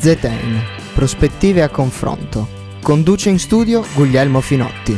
ZN, prospettive a confronto. Conduce in studio Guglielmo Finotti.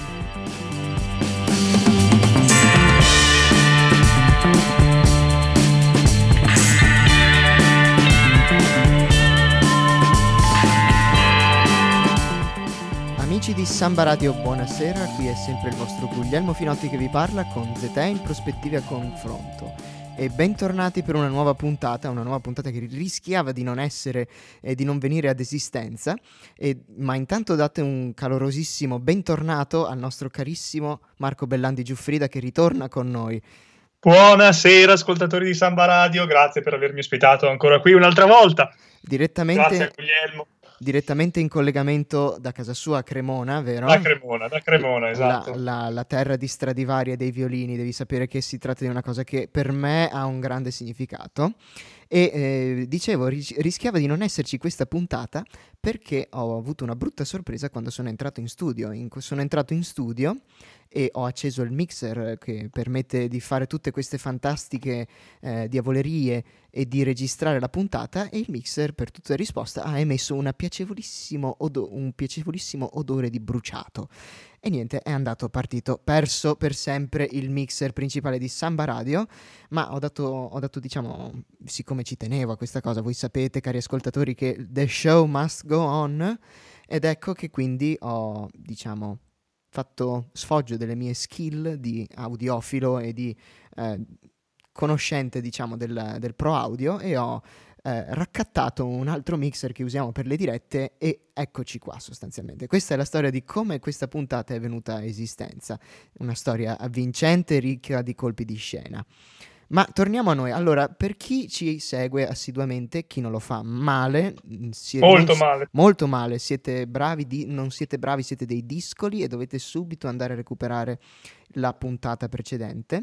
Amici di Samba Radio, buonasera, qui è sempre il vostro Guglielmo Finotti che vi parla con ZN, prospettive a confronto. E bentornati per una nuova puntata che rischiava di non essere e di non venire ad esistenza, ma intanto date un calorosissimo bentornato al nostro carissimo Marco Bellandi Giuffrida che ritorna con noi. Buonasera ascoltatori di Samba Radio, grazie per avermi ospitato ancora qui un'altra volta. Grazie a Guglielmo. Direttamente in collegamento da casa sua a Cremona, vero? Da Cremona, esatto. La terra di Stradivari e dei violini, devi sapere che si tratta di una cosa che per me ha un grande significato. E dicevo, rischiava di non esserci questa puntata perché ho avuto una brutta sorpresa quando sono entrato in studio. Sono entrato in studio e ho acceso il mixer che permette di fare tutte queste fantastiche diavolerie e di registrare la puntata, e il mixer, per tutta risposta, ha emesso un piacevolissimo odore di bruciato. E niente, è andato partito, perso per sempre il mixer principale di Samba Radio, ma ho dato diciamo, siccome ci tenevo a questa cosa, voi sapete cari ascoltatori che the show must go on, ed ecco che quindi ho, diciamo, fatto sfoggio delle mie skill di audiofilo e di conoscente, diciamo, del pro audio, e ho raccattato un altro mixer che usiamo per le dirette, e eccoci qua sostanzialmente. Questa è la storia di come questa puntata è venuta a esistenza, una storia avvincente, ricca di colpi di scena. Ma torniamo a noi. Allora, per chi ci segue assiduamente, chi non lo fa, male, molto male, siete bravi, non siete bravi, siete dei discoli e dovete subito andare a recuperare la puntata precedente.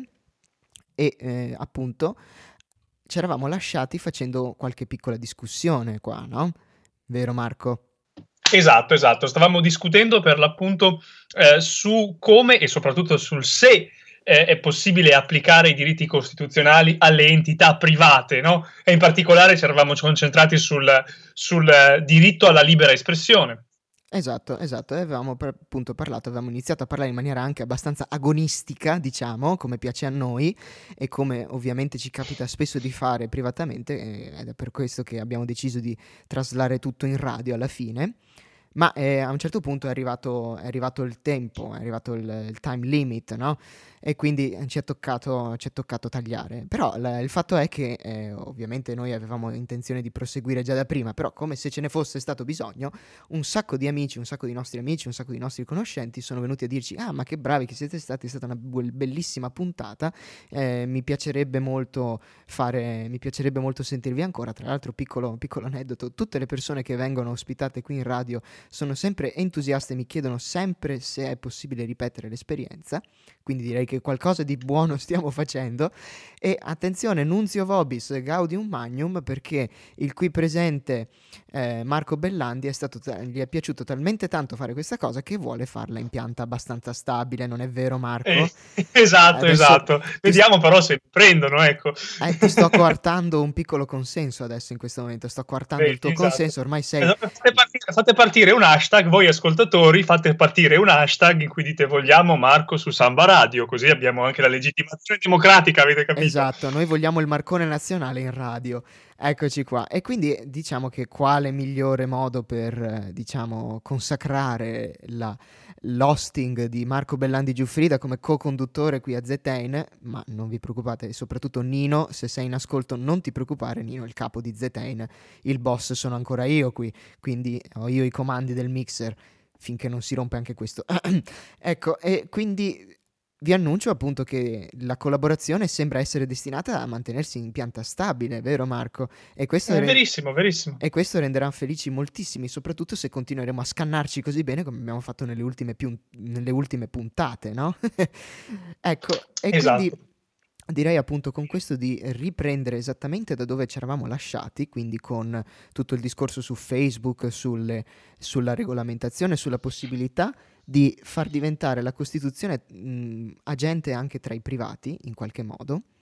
E appunto ci eravamo lasciati facendo qualche piccola discussione qua, no? Vero Marco? Esatto, stavamo discutendo per l'appunto su come e soprattutto sul se è possibile applicare i diritti costituzionali alle entità private, no? E in particolare ci eravamo concentrati sul diritto alla libera espressione. Esatto, e avevamo avevamo iniziato a parlare in maniera anche abbastanza agonistica, diciamo, come piace a noi e come ovviamente ci capita spesso di fare privatamente, ed è per questo che abbiamo deciso di traslare tutto in radio alla fine. Ma a un certo punto è arrivato il tempo, è arrivato il time limit, no? E quindi ci è toccato tagliare. Però il fatto è che ovviamente noi avevamo intenzione di proseguire già da prima, però come se ce ne fosse stato bisogno, un sacco di amici, un sacco di nostri amici, un sacco di nostri conoscenti sono venuti a dirci: ah, ma che bravi che siete stati, è stata una bellissima puntata, mi piacerebbe molto sentirvi ancora. Tra l'altro, piccolo aneddoto, tutte le persone che vengono ospitate qui in radio sono sempre entusiaste e mi chiedono sempre se è possibile ripetere l'esperienza, quindi direi che qualcosa di buono stiamo facendo. E attenzione, Nunzio Vobis Gaudium Magnum, perché il qui presente Marco Bellandi gli è piaciuto talmente tanto fare questa cosa che vuole farla in pianta abbastanza stabile, non è vero Marco? Esatto. Vediamo però se prendono, ecco. Ti sto coartando un piccolo consenso adesso in questo momento, sto coartando il tuo consenso, ormai sei... Fate partire un hashtag, voi ascoltatori, fate partire un hashtag in cui dite vogliamo Marco su Samba Radio, così abbiamo anche la legittimazione democratica, avete capito? Esatto, noi vogliamo il Marcone nazionale in radio, eccoci qua. E quindi diciamo che quale migliore modo per, diciamo, consacrare l'hosting di Marco Bellandi Giuffrida come co-conduttore qui a ZN, ma non vi preoccupate, soprattutto Nino, se sei in ascolto non ti preoccupare, Nino è il capo di ZN, il boss sono ancora io qui, quindi ho io i comandi del mixer finché non si rompe anche questo. Ecco, e quindi vi annuncio appunto che la collaborazione sembra essere destinata a mantenersi in pianta stabile, vero Marco? E questo verissimo. E questo renderà felici moltissimi, soprattutto se continueremo a scannarci così bene come abbiamo fatto nelle ultime puntate, no? Ecco, e esatto. Quindi direi appunto con questo di riprendere esattamente da dove ci eravamo lasciati, quindi con tutto il discorso su Facebook, sulla regolamentazione, sulla possibilità di far diventare la Costituzione agente anche tra i privati, in qualche modo,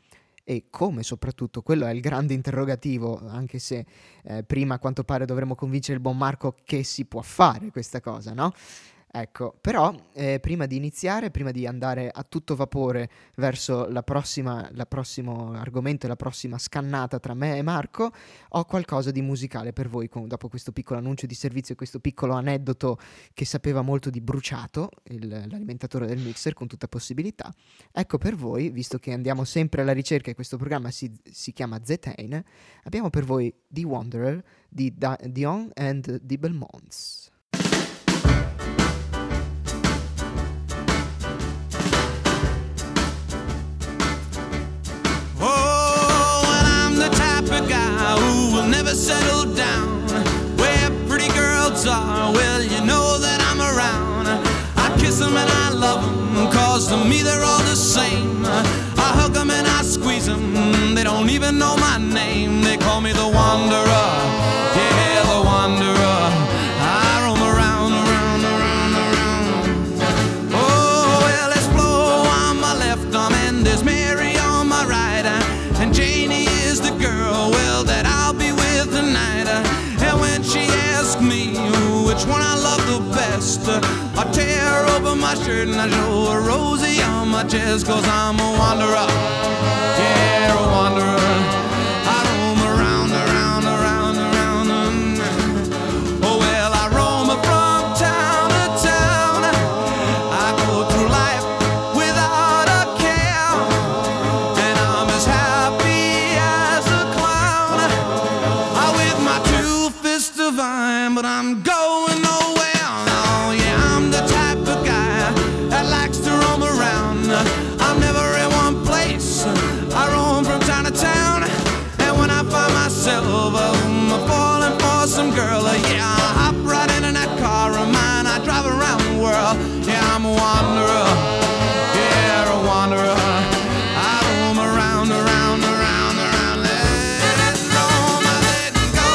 e come soprattutto, quello è il grande interrogativo, anche se prima a quanto pare dovremmo convincere il buon Marco che si può fare questa cosa, no? Ecco, però prima di iniziare, prima di andare a tutto vapore verso la prossimo argomento e la prossima scannata tra me e Marco, ho qualcosa di musicale per voi, dopo questo piccolo annuncio di servizio e questo piccolo aneddoto che sapeva molto di bruciato, l'alimentatore del mixer con tutta possibilità. Ecco per voi, visto che andiamo sempre alla ricerca e questo programma si chiama Zetane, abbiamo per voi The Wanderer di Dion and the Belmonts. Never settle down where pretty girls are. Well, you know that I'm around. I kiss them and I love them, cause to me they're all the same. I hug them and I squeeze them, they don't even know my name. They call me the Wanderer, yeah, the Wanderer. I roam around, around, around, around. Oh, well, there's Flo on my left arm and there's Mary on my right. And Janie is the girl, well, that I'll be with tonight. And when she asks me which one I love the best, I tear open my shirt and I show a Rosie on my chest. Cause I'm a wanderer, yeah, a wanderer. I roam around, around, around, around. Oh well, I roam from town to town. I go through life without a care, and I'm as happy as a clown. I with my two fists divine, but I'm going nowhere. Oh yeah, I'm the type of guy that likes to roam around. I'm never in one place, I roam from town to town. And when I find myself falling for some girl, yeah, I hop right into that car of mine. I drive around the world, yeah, I'm a wanderer, yeah, a wanderer. I roam around, around, around, around. Let it roam, let it go.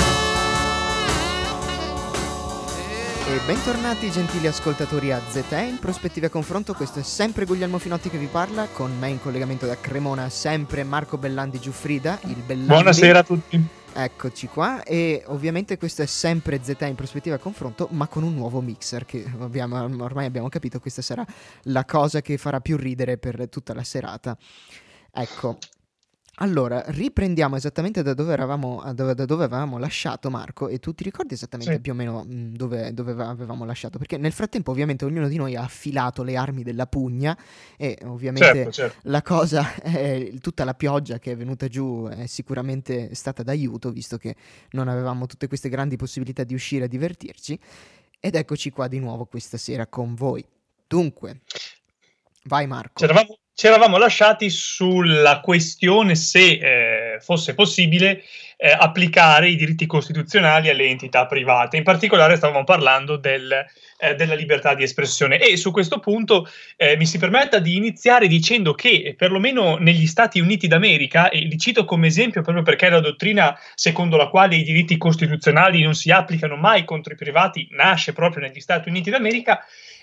E bentornati gentili ascoltatori a Zetane, prospettive a confronto. Questo è sempre Guglielmo Finotti che vi parla, con me in collegamento da Cremona sempre Marco Bellandi Giuffrida, il Bellandi. Buonasera a tutti. Eccoci qua, e ovviamente questo è sempre Zetane in prospettiva a confronto, ma con un nuovo mixer che ormai abbiamo capito, questa sarà la cosa che farà più ridere per tutta la serata. Ecco. Allora, riprendiamo esattamente da dove avevamo lasciato, Marco, e tu ti ricordi esattamente Sì. più o meno dove avevamo lasciato? Perché nel frattempo ovviamente ognuno di noi ha affilato le armi della pugna e ovviamente Certo. la cosa, tutta la pioggia che è venuta giù è sicuramente stata d'aiuto, visto che non avevamo tutte queste grandi possibilità di uscire a divertirci, ed eccoci qua di nuovo questa sera con voi. Dunque, vai Marco. Ci eravamo lasciati sulla questione se fosse possibile applicare i diritti costituzionali alle entità private. In particolare stavamo parlando della libertà di espressione, e su questo punto mi si permetta di iniziare dicendo che perlomeno negli Stati Uniti d'America, e li cito come esempio proprio perché la dottrina secondo la quale i diritti costituzionali non si applicano mai contro i privati nasce proprio negli Stati Uniti d'America.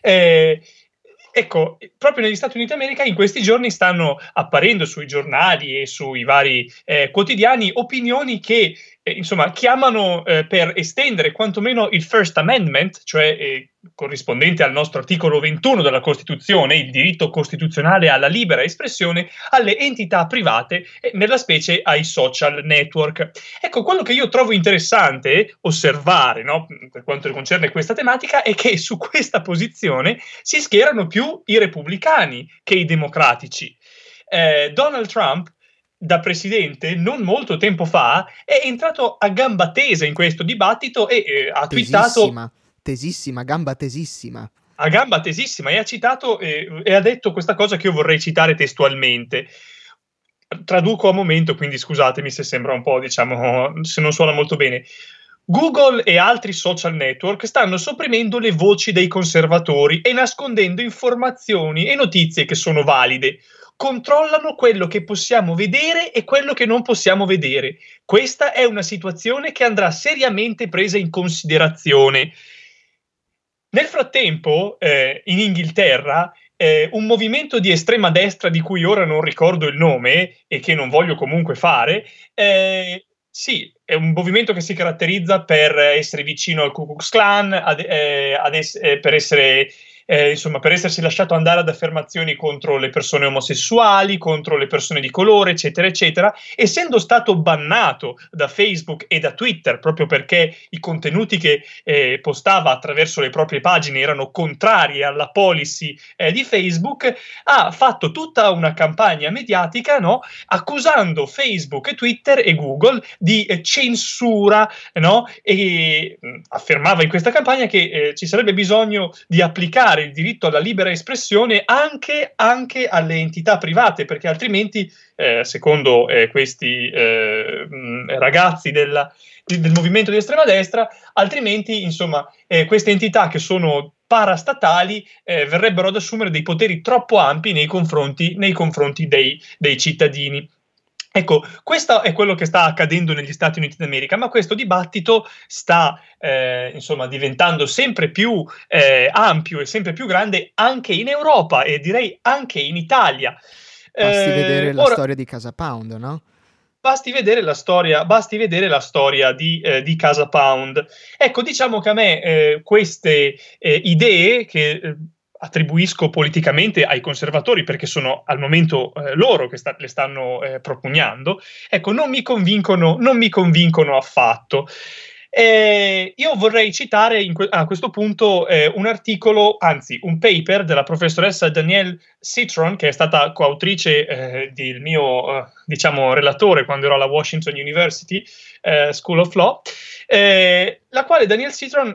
Ecco, proprio negli Stati Uniti d'America in questi giorni stanno apparendo sui giornali e sui vari quotidiani opinioni che insomma chiamano per estendere quantomeno il First Amendment, cioè corrispondente al nostro articolo 21 della Costituzione, il diritto costituzionale alla libera espressione, alle entità private, nella specie ai social network. Ecco, quello che io trovo interessante osservare, no, per quanto concerne questa tematica, è che su questa posizione si schierano più i repubblicani che i democratici. Donald Trump, da presidente, non molto tempo fa, è entrato a gamba tesa in questo dibattito e ha twittato... Tesissima, gamba tesissima. A gamba tesissima, e ha citato e ha detto questa cosa che io vorrei citare testualmente. Traduco a momento, quindi scusatemi se sembra un po', diciamo, se non suona molto bene. Google e altri social network stanno sopprimendo le voci dei conservatori e nascondendo informazioni e notizie che sono valide. Controllano quello che possiamo vedere e quello che non possiamo vedere. Questa è una situazione che andrà seriamente presa in considerazione. Nel frattempo, in Inghilterra, un movimento di estrema destra di cui ora non ricordo il nome e che non voglio comunque fare, sì, è un movimento che si caratterizza per essere vicino al Ku Klux Klan, per essere insomma, per essersi lasciato andare ad affermazioni contro le persone omosessuali, contro le persone di colore, eccetera, eccetera, essendo stato bannato da Facebook e da Twitter proprio perché i contenuti che postava attraverso le proprie pagine erano contrari alla policy di Facebook, ha fatto tutta una campagna mediatica, no, accusando Facebook e Twitter e Google di censura, no, e affermava in questa campagna che ci sarebbe bisogno di applicare il diritto alla libera espressione anche alle entità private, perché altrimenti, secondo questi ragazzi del movimento di estrema destra, altrimenti, insomma, queste entità che sono parastatali verrebbero ad assumere dei poteri troppo ampi nei confronti dei cittadini. Ecco, questo è quello che sta accadendo negli Stati Uniti d'America, ma questo dibattito sta insomma diventando sempre più ampio e sempre più grande anche in Europa e direi anche in Italia. Basti vedere la storia di Casa Pound, no? Basti vedere la storia di Casa Pound. Ecco, diciamo che a me queste idee che attribuisco politicamente ai conservatori, perché sono al momento loro che le stanno propugnando, ecco, non mi convincono affatto. Io vorrei citare a questo punto un articolo, anzi un paper della professoressa Danielle Citron, che è stata coautrice del mio diciamo relatore quando ero alla Washington University School of Law, la quale Danielle Citron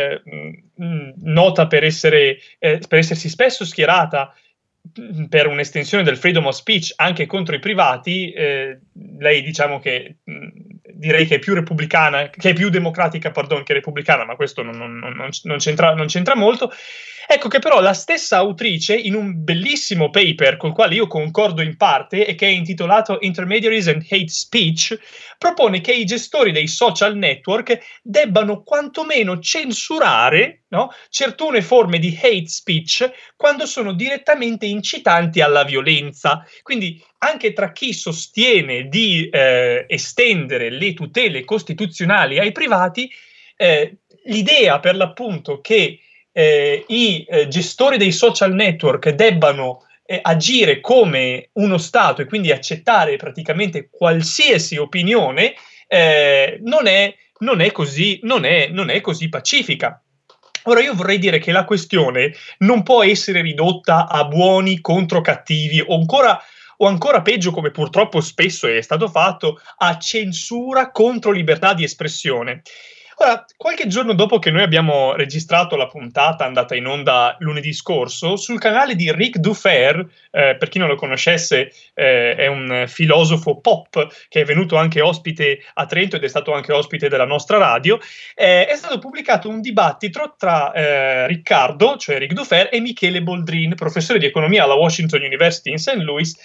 nota per essersi spesso schierata per un'estensione del freedom of speech anche contro i privati. Lei, diciamo che direi che è più repubblicana, che è più democratica, che repubblicana, ma questo non c'entra molto. Ecco che però la stessa autrice, in un bellissimo paper col quale io concordo in parte e che è intitolato Intermediaries and Hate Speech, propone che i gestori dei social network debbano quantomeno censurare, no, certune forme di hate speech quando sono direttamente incitanti alla violenza. Quindi anche tra chi sostiene di estendere le tutele costituzionali ai privati, l'idea per l'appunto che i gestori dei social network debbano agire come uno Stato e quindi accettare praticamente qualsiasi opinione non è così pacifica. Ora, io vorrei dire che la questione non può essere ridotta a buoni contro cattivi o ancora peggio, come purtroppo spesso è stato fatto, a censura contro libertà di espressione. Ora, qualche giorno dopo che noi abbiamo registrato la puntata andata in onda lunedì scorso, sul canale di Rick Dufer, per chi non lo conoscesse, è un filosofo pop che è venuto anche ospite a Trento ed è stato anche ospite della nostra radio, è stato pubblicato un dibattito tra Riccardo, cioè Rick Dufer, e Michele Boldrin, professore di economia alla Washington University in St. Louis,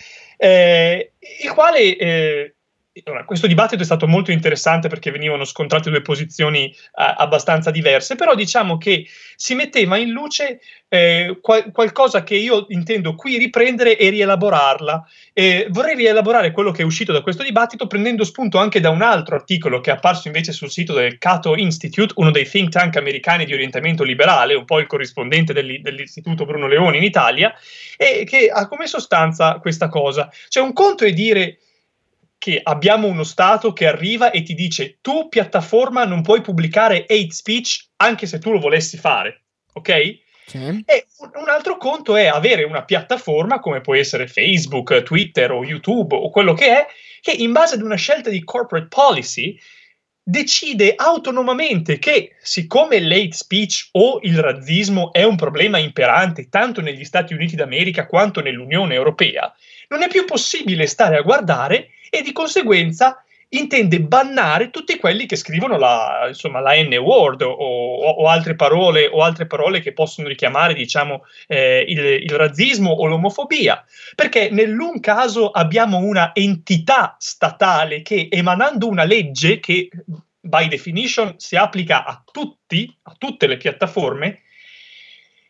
il quale... questo dibattito è stato molto interessante perché venivano scontrate due posizioni abbastanza diverse, però diciamo che si metteva in luce qualcosa che io intendo qui riprendere e rielaborarla. Vorrei rielaborare quello che è uscito da questo dibattito prendendo spunto anche da un altro articolo che è apparso invece sul sito del Cato Institute, uno dei think tank americani di orientamento liberale, un po' il corrispondente dell'Istituto Bruno Leoni in Italia, e che ha come sostanza questa cosa. Cioè, un conto è dire che abbiamo uno Stato che arriva e ti dice: tu piattaforma non puoi pubblicare hate speech anche se tu lo volessi fare, ok? Sì. E un altro conto è avere una piattaforma come può essere Facebook, Twitter o YouTube o quello che è, che in base ad una scelta di corporate policy decide autonomamente che, siccome l'hate speech o il razzismo è un problema imperante tanto negli Stati Uniti d'America quanto nell'Unione Europea, non è più possibile stare a guardare e di conseguenza intende bannare tutti quelli che scrivono la N-word o altre parole che possono richiamare, diciamo, il razzismo o l'omofobia, perché nell'un caso abbiamo una entità statale che, emanando una legge che by definition si applica a tutte le piattaforme,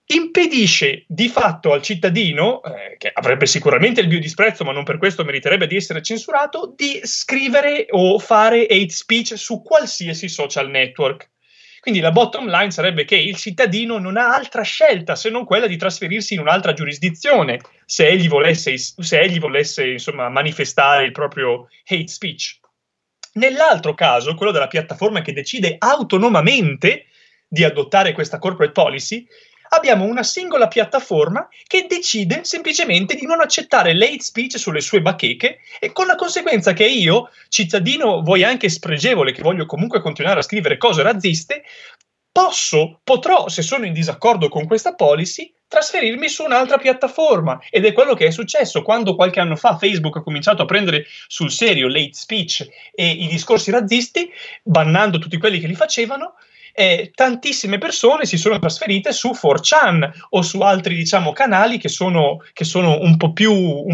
impedisce di fatto al cittadino, che avrebbe sicuramente il mio disprezzo, ma non per questo meriterebbe di essere censurato, di scrivere o fare hate speech su qualsiasi social network. Quindi la bottom line sarebbe che il cittadino non ha altra scelta se non quella di trasferirsi in un'altra giurisdizione se egli volesse insomma, manifestare il proprio hate speech. Nell'altro caso, quello della piattaforma che decide autonomamente di adottare questa corporate policy, abbiamo una singola piattaforma che decide semplicemente di non accettare l'hate speech sulle sue bacheche, e con la conseguenza che io, cittadino vuoi anche spregevole, che voglio comunque continuare a scrivere cose razziste, potrò, se sono in disaccordo con questa policy, trasferirmi su un'altra piattaforma. Ed è quello che è successo quando qualche anno fa Facebook ha cominciato a prendere sul serio l'hate speech e i discorsi razzisti, bannando tutti quelli che li facevano. Tantissime persone si sono trasferite su 4chan o su altri, diciamo, canali che sono un po' più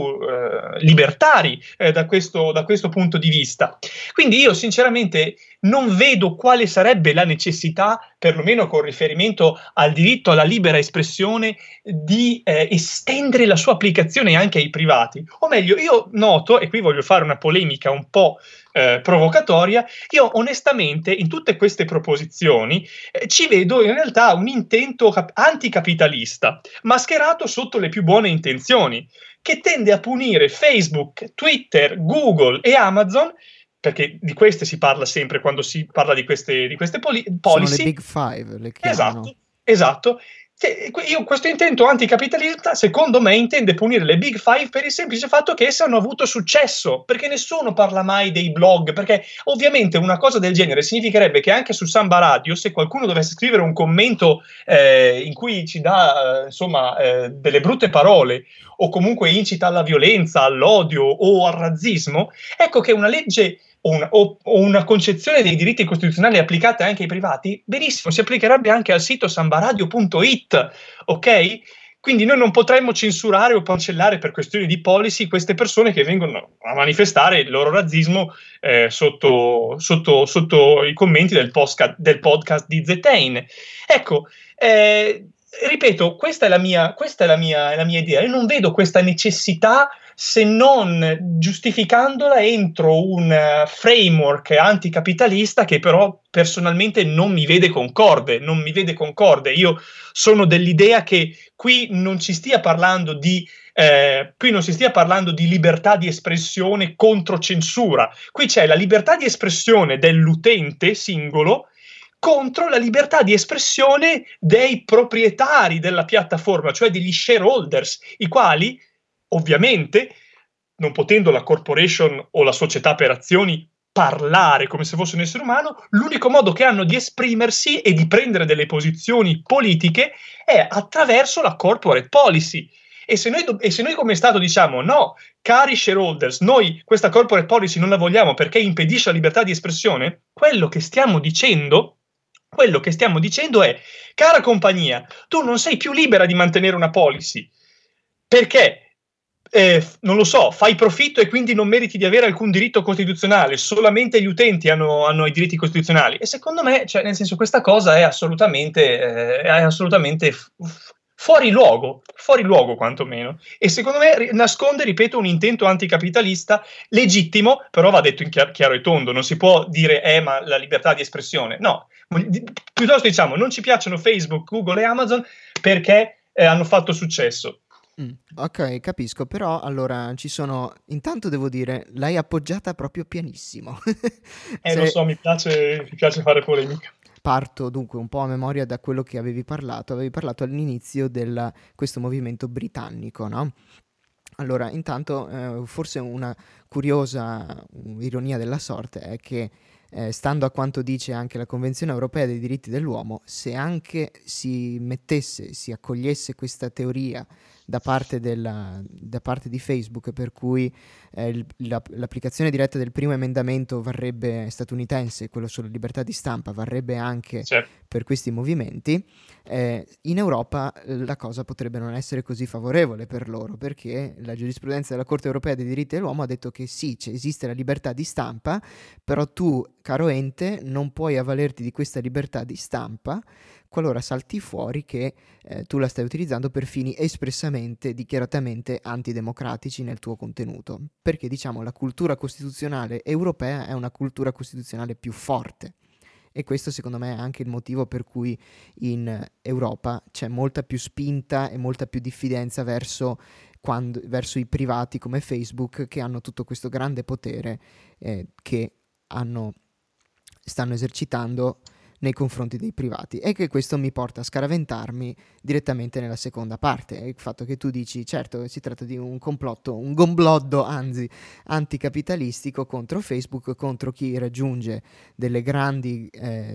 libertari da questo punto di vista. Quindi io sinceramente non vedo quale sarebbe la necessità, perlomeno con riferimento al diritto alla libera espressione, di estendere la sua applicazione anche ai privati. O meglio, io noto, e qui voglio fare una polemica un po' provocatoria, io onestamente in tutte queste proposizioni ci vedo in realtà un intento anticapitalista, mascherato sotto le più buone intenzioni, che tende a punire Facebook, Twitter, Google e Amazon, perché di queste si parla sempre quando si parla di queste policy. Sono le Big Five, le chiamano. Esatto. Io questo intento anticapitalista, secondo me, intende punire le Big Five per il semplice fatto che esse hanno avuto successo, perché nessuno parla mai dei blog, perché ovviamente una cosa del genere significherebbe che anche su Samba Radio, se qualcuno dovesse scrivere un commento in cui ci dà delle brutte parole o comunque incita alla violenza, all'odio o al razzismo, ecco che una legge o una concezione dei diritti costituzionali applicate anche ai privati, benissimo, si applicherebbe anche al sito sambaradio.it, ok? Quindi noi non potremmo censurare o cancellare per questioni di policy queste persone che vengono a manifestare il loro razzismo sotto i commenti del podcast di Zetain. Ecco, ripeto, questa è la mia idea. Io non vedo questa necessità, se non giustificandola entro un framework anticapitalista che però personalmente non mi vede concorde. Io sono dell'idea che qui non si stia parlando di libertà di espressione contro censura. Qui c'è la libertà di espressione dell'utente singolo contro la libertà di espressione dei proprietari della piattaforma, cioè degli shareholders, i quali ovviamente, non potendo la corporation o la società per azioni parlare come se fosse un essere umano, l'unico modo che hanno di esprimersi e di prendere delle posizioni politiche è attraverso la corporate policy. E se noi come Stato diciamo no, cari shareholders, noi questa corporate policy non la vogliamo perché impedisce la libertà di espressione, quello che stiamo dicendo è: cara compagnia, tu non sei più libera di mantenere una policy perché non lo so, fai profitto e quindi non meriti di avere alcun diritto costituzionale, solamente gli utenti hanno i diritti costituzionali. E secondo me, cioè, nel senso, questa cosa è assolutamente fuori luogo quantomeno, e secondo me nasconde, ripeto, un intento anticapitalista legittimo, però va detto in chiaro e tondo. Non si può dire ma la libertà di espressione, no, piuttosto diciamo non ci piacciono Facebook, Google e Amazon perché hanno fatto successo. Ok, capisco, però allora intanto devo dire, l'hai appoggiata proprio pianissimo. Lo so, mi piace fare polemica. Parto dunque un po' a memoria da quello che avevi parlato all'inizio di questo movimento britannico, no? Allora, intanto forse una curiosa ironia della sorte è che stando a quanto dice anche la Convenzione Europea dei Diritti dell'Uomo, se anche si accogliesse questa teoria da parte di Facebook, per cui l'applicazione diretta del primo emendamento statunitense, quello sulla libertà di stampa, varrebbe anche per questi movimenti, in Europa la cosa potrebbe non essere così favorevole per loro, perché la giurisprudenza della Corte Europea dei Diritti dell'Uomo ha detto che sì, esiste la libertà di stampa, però tu, caro ente, non puoi avvalerti di questa libertà di stampa qualora salti fuori che tu la stai utilizzando per fini espressamente, dichiaratamente antidemocratici nel tuo contenuto, perché diciamo la cultura costituzionale europea è una cultura costituzionale più forte. E questo secondo me è anche il motivo per cui in Europa c'è molta più spinta e molta più diffidenza verso i privati come Facebook, che hanno tutto questo grande potere che stanno esercitando nei confronti dei privati, e che questo mi porta a scaraventarmi direttamente nella seconda parte, il fatto che tu dici certo si tratta di un complotto, un gombloddo anzi anticapitalistico contro Facebook, contro chi raggiunge grande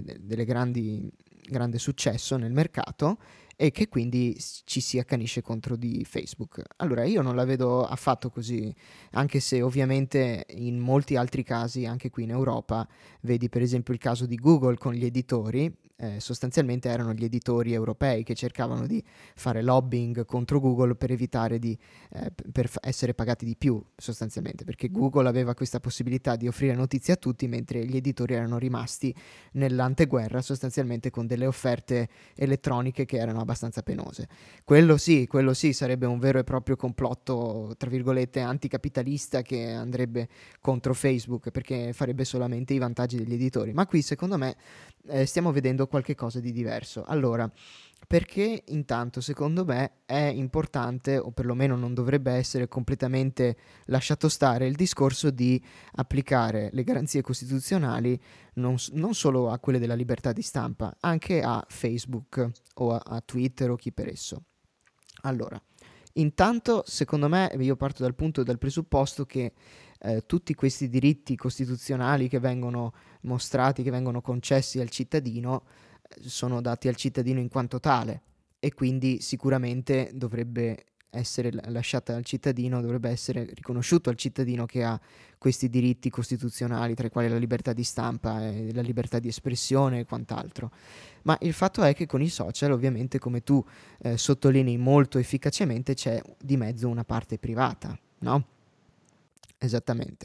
successo nel mercato e che quindi ci si accanisce contro di Facebook. Allora io non la vedo affatto così, anche se ovviamente in molti altri casi, anche qui in Europa, vedi per esempio il caso di Google con gli editori, sostanzialmente erano gli editori europei che cercavano di fare lobbying contro Google per evitare di essere pagati di più, sostanzialmente, perché Google aveva questa possibilità di offrire notizie a tutti, mentre gli editori erano rimasti nell'anteguerra, sostanzialmente con delle offerte elettroniche che erano abbastanza penose. Quello sì sarebbe un vero e proprio complotto, tra virgolette, anticapitalista, che andrebbe contro Facebook perché farebbe solamente i vantaggi degli editori. Ma qui secondo me stiamo vedendo qualche cosa di diverso. Allora, perché intanto secondo me è importante, o perlomeno non dovrebbe essere completamente lasciato stare, il discorso di applicare le garanzie costituzionali non solo a quelle della libertà di stampa, anche a Facebook o a Twitter o chi per esso. Allora, intanto secondo me io parto dal presupposto che tutti questi diritti costituzionali che vengono mostrati, che vengono concessi al cittadino, sono dati al cittadino in quanto tale, e quindi sicuramente dovrebbe essere lasciata al cittadino, dovrebbe essere riconosciuto al cittadino che ha questi diritti costituzionali, tra i quali la libertà di stampa e la libertà di espressione e quant'altro. Ma il fatto è che con i social, ovviamente, come tu sottolinei molto efficacemente, c'è di mezzo una parte privata, no? Esattamente.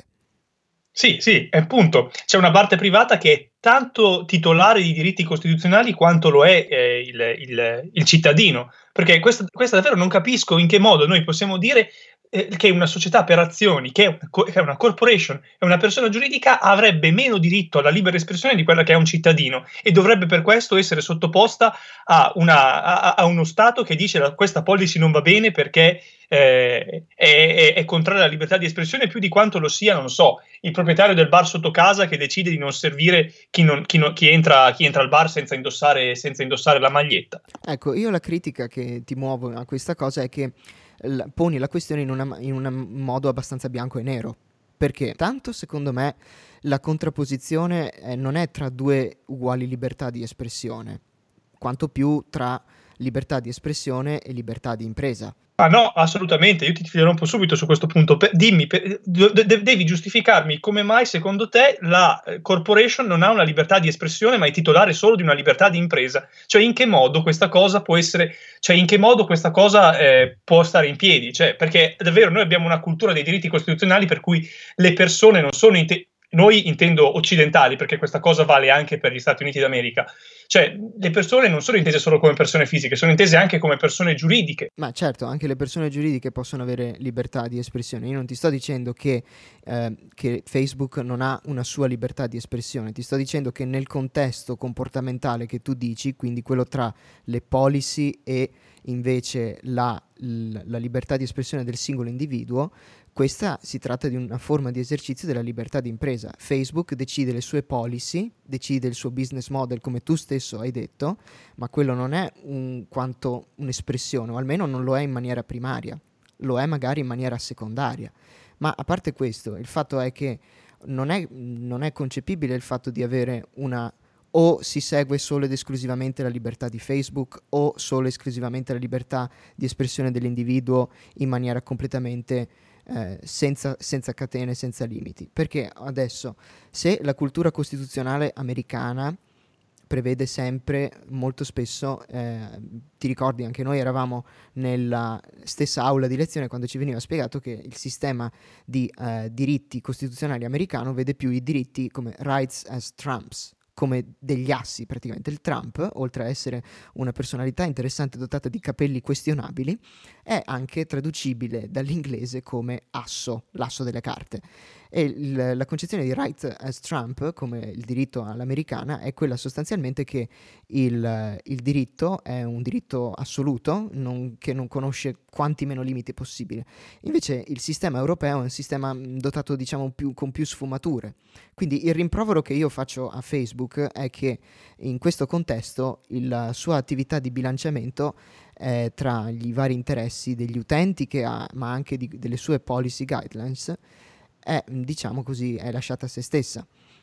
Sì, è appunto, c'è una parte privata che è tanto titolare di diritti costituzionali quanto lo è il cittadino, perché questa davvero non capisco in che modo noi possiamo dire che una società per azioni, che è una corporation, è una persona giuridica, avrebbe meno diritto alla libera espressione di quella che è un cittadino, e dovrebbe per questo essere sottoposta a uno Stato che dice questa policy non va bene perché è contraria alla libertà di espressione, più di quanto lo sia, non so, il proprietario del bar sotto casa che decide di non servire chi entra al bar senza indossare la maglietta. Ecco, io la critica che ti muovo a questa cosa è che poni la questione in un modo abbastanza bianco e nero, perché tanto secondo me la contrapposizione non è tra due uguali libertà di espressione, quanto più tra libertà di espressione e libertà di impresa. Ah no, assolutamente, io ti interrompo subito su questo punto. Dimmi, devi giustificarmi come mai secondo te la corporation non ha una libertà di espressione ma è titolare solo di una libertà di impresa. Cioè in che modo questa cosa può essere, cioè in che modo questa cosa può stare in piedi? Cioè, perché davvero noi abbiamo una cultura dei diritti costituzionali per cui le persone non sono noi intendo occidentali, perché questa cosa vale anche per gli Stati Uniti d'America. Cioè, le persone non sono intese solo come persone fisiche, sono intese anche come persone giuridiche. Ma certo, anche le persone giuridiche possono avere libertà di espressione. Io non ti sto dicendo che Facebook non ha una sua libertà di espressione, ti sto dicendo che nel contesto comportamentale che tu dici, quindi quello tra le policy e invece la libertà di espressione del singolo individuo, questa si tratta di una forma di esercizio della libertà di impresa. Facebook decide le sue policy, decide il suo business model, come tu stesso hai detto, ma quello non è quanto un'espressione, o almeno non lo è in maniera primaria, lo è magari in maniera secondaria. Ma a parte questo, il fatto è che non è concepibile il fatto di avere o si segue solo ed esclusivamente la libertà di Facebook o solo e esclusivamente la libertà di espressione dell'individuo in maniera completamente senza catene, senza limiti. Perché adesso, se la cultura costituzionale americana prevede sempre, molto spesso, ti ricordi, anche noi eravamo nella stessa aula di lezione quando ci veniva spiegato che il sistema di diritti costituzionali americano vede più i diritti come rights as trumps, come degli assi praticamente. Il Trump, oltre a essere una personalità interessante dotata di capelli questionabili, è anche traducibile dall'inglese come l'asso delle carte. E la concezione di right as Trump, come il diritto all'americana, è quella sostanzialmente che il diritto è un diritto assoluto, che non conosce quanti meno limiti possibile. Invece il sistema europeo è un sistema dotato, diciamo, con più sfumature. Quindi il rimprovero che io faccio a Facebook è che in questo contesto la sua attività di bilanciamento tra i vari interessi degli utenti che ha, ma anche delle sue policy guidelines, è, diciamo così, è lasciata a se stessa.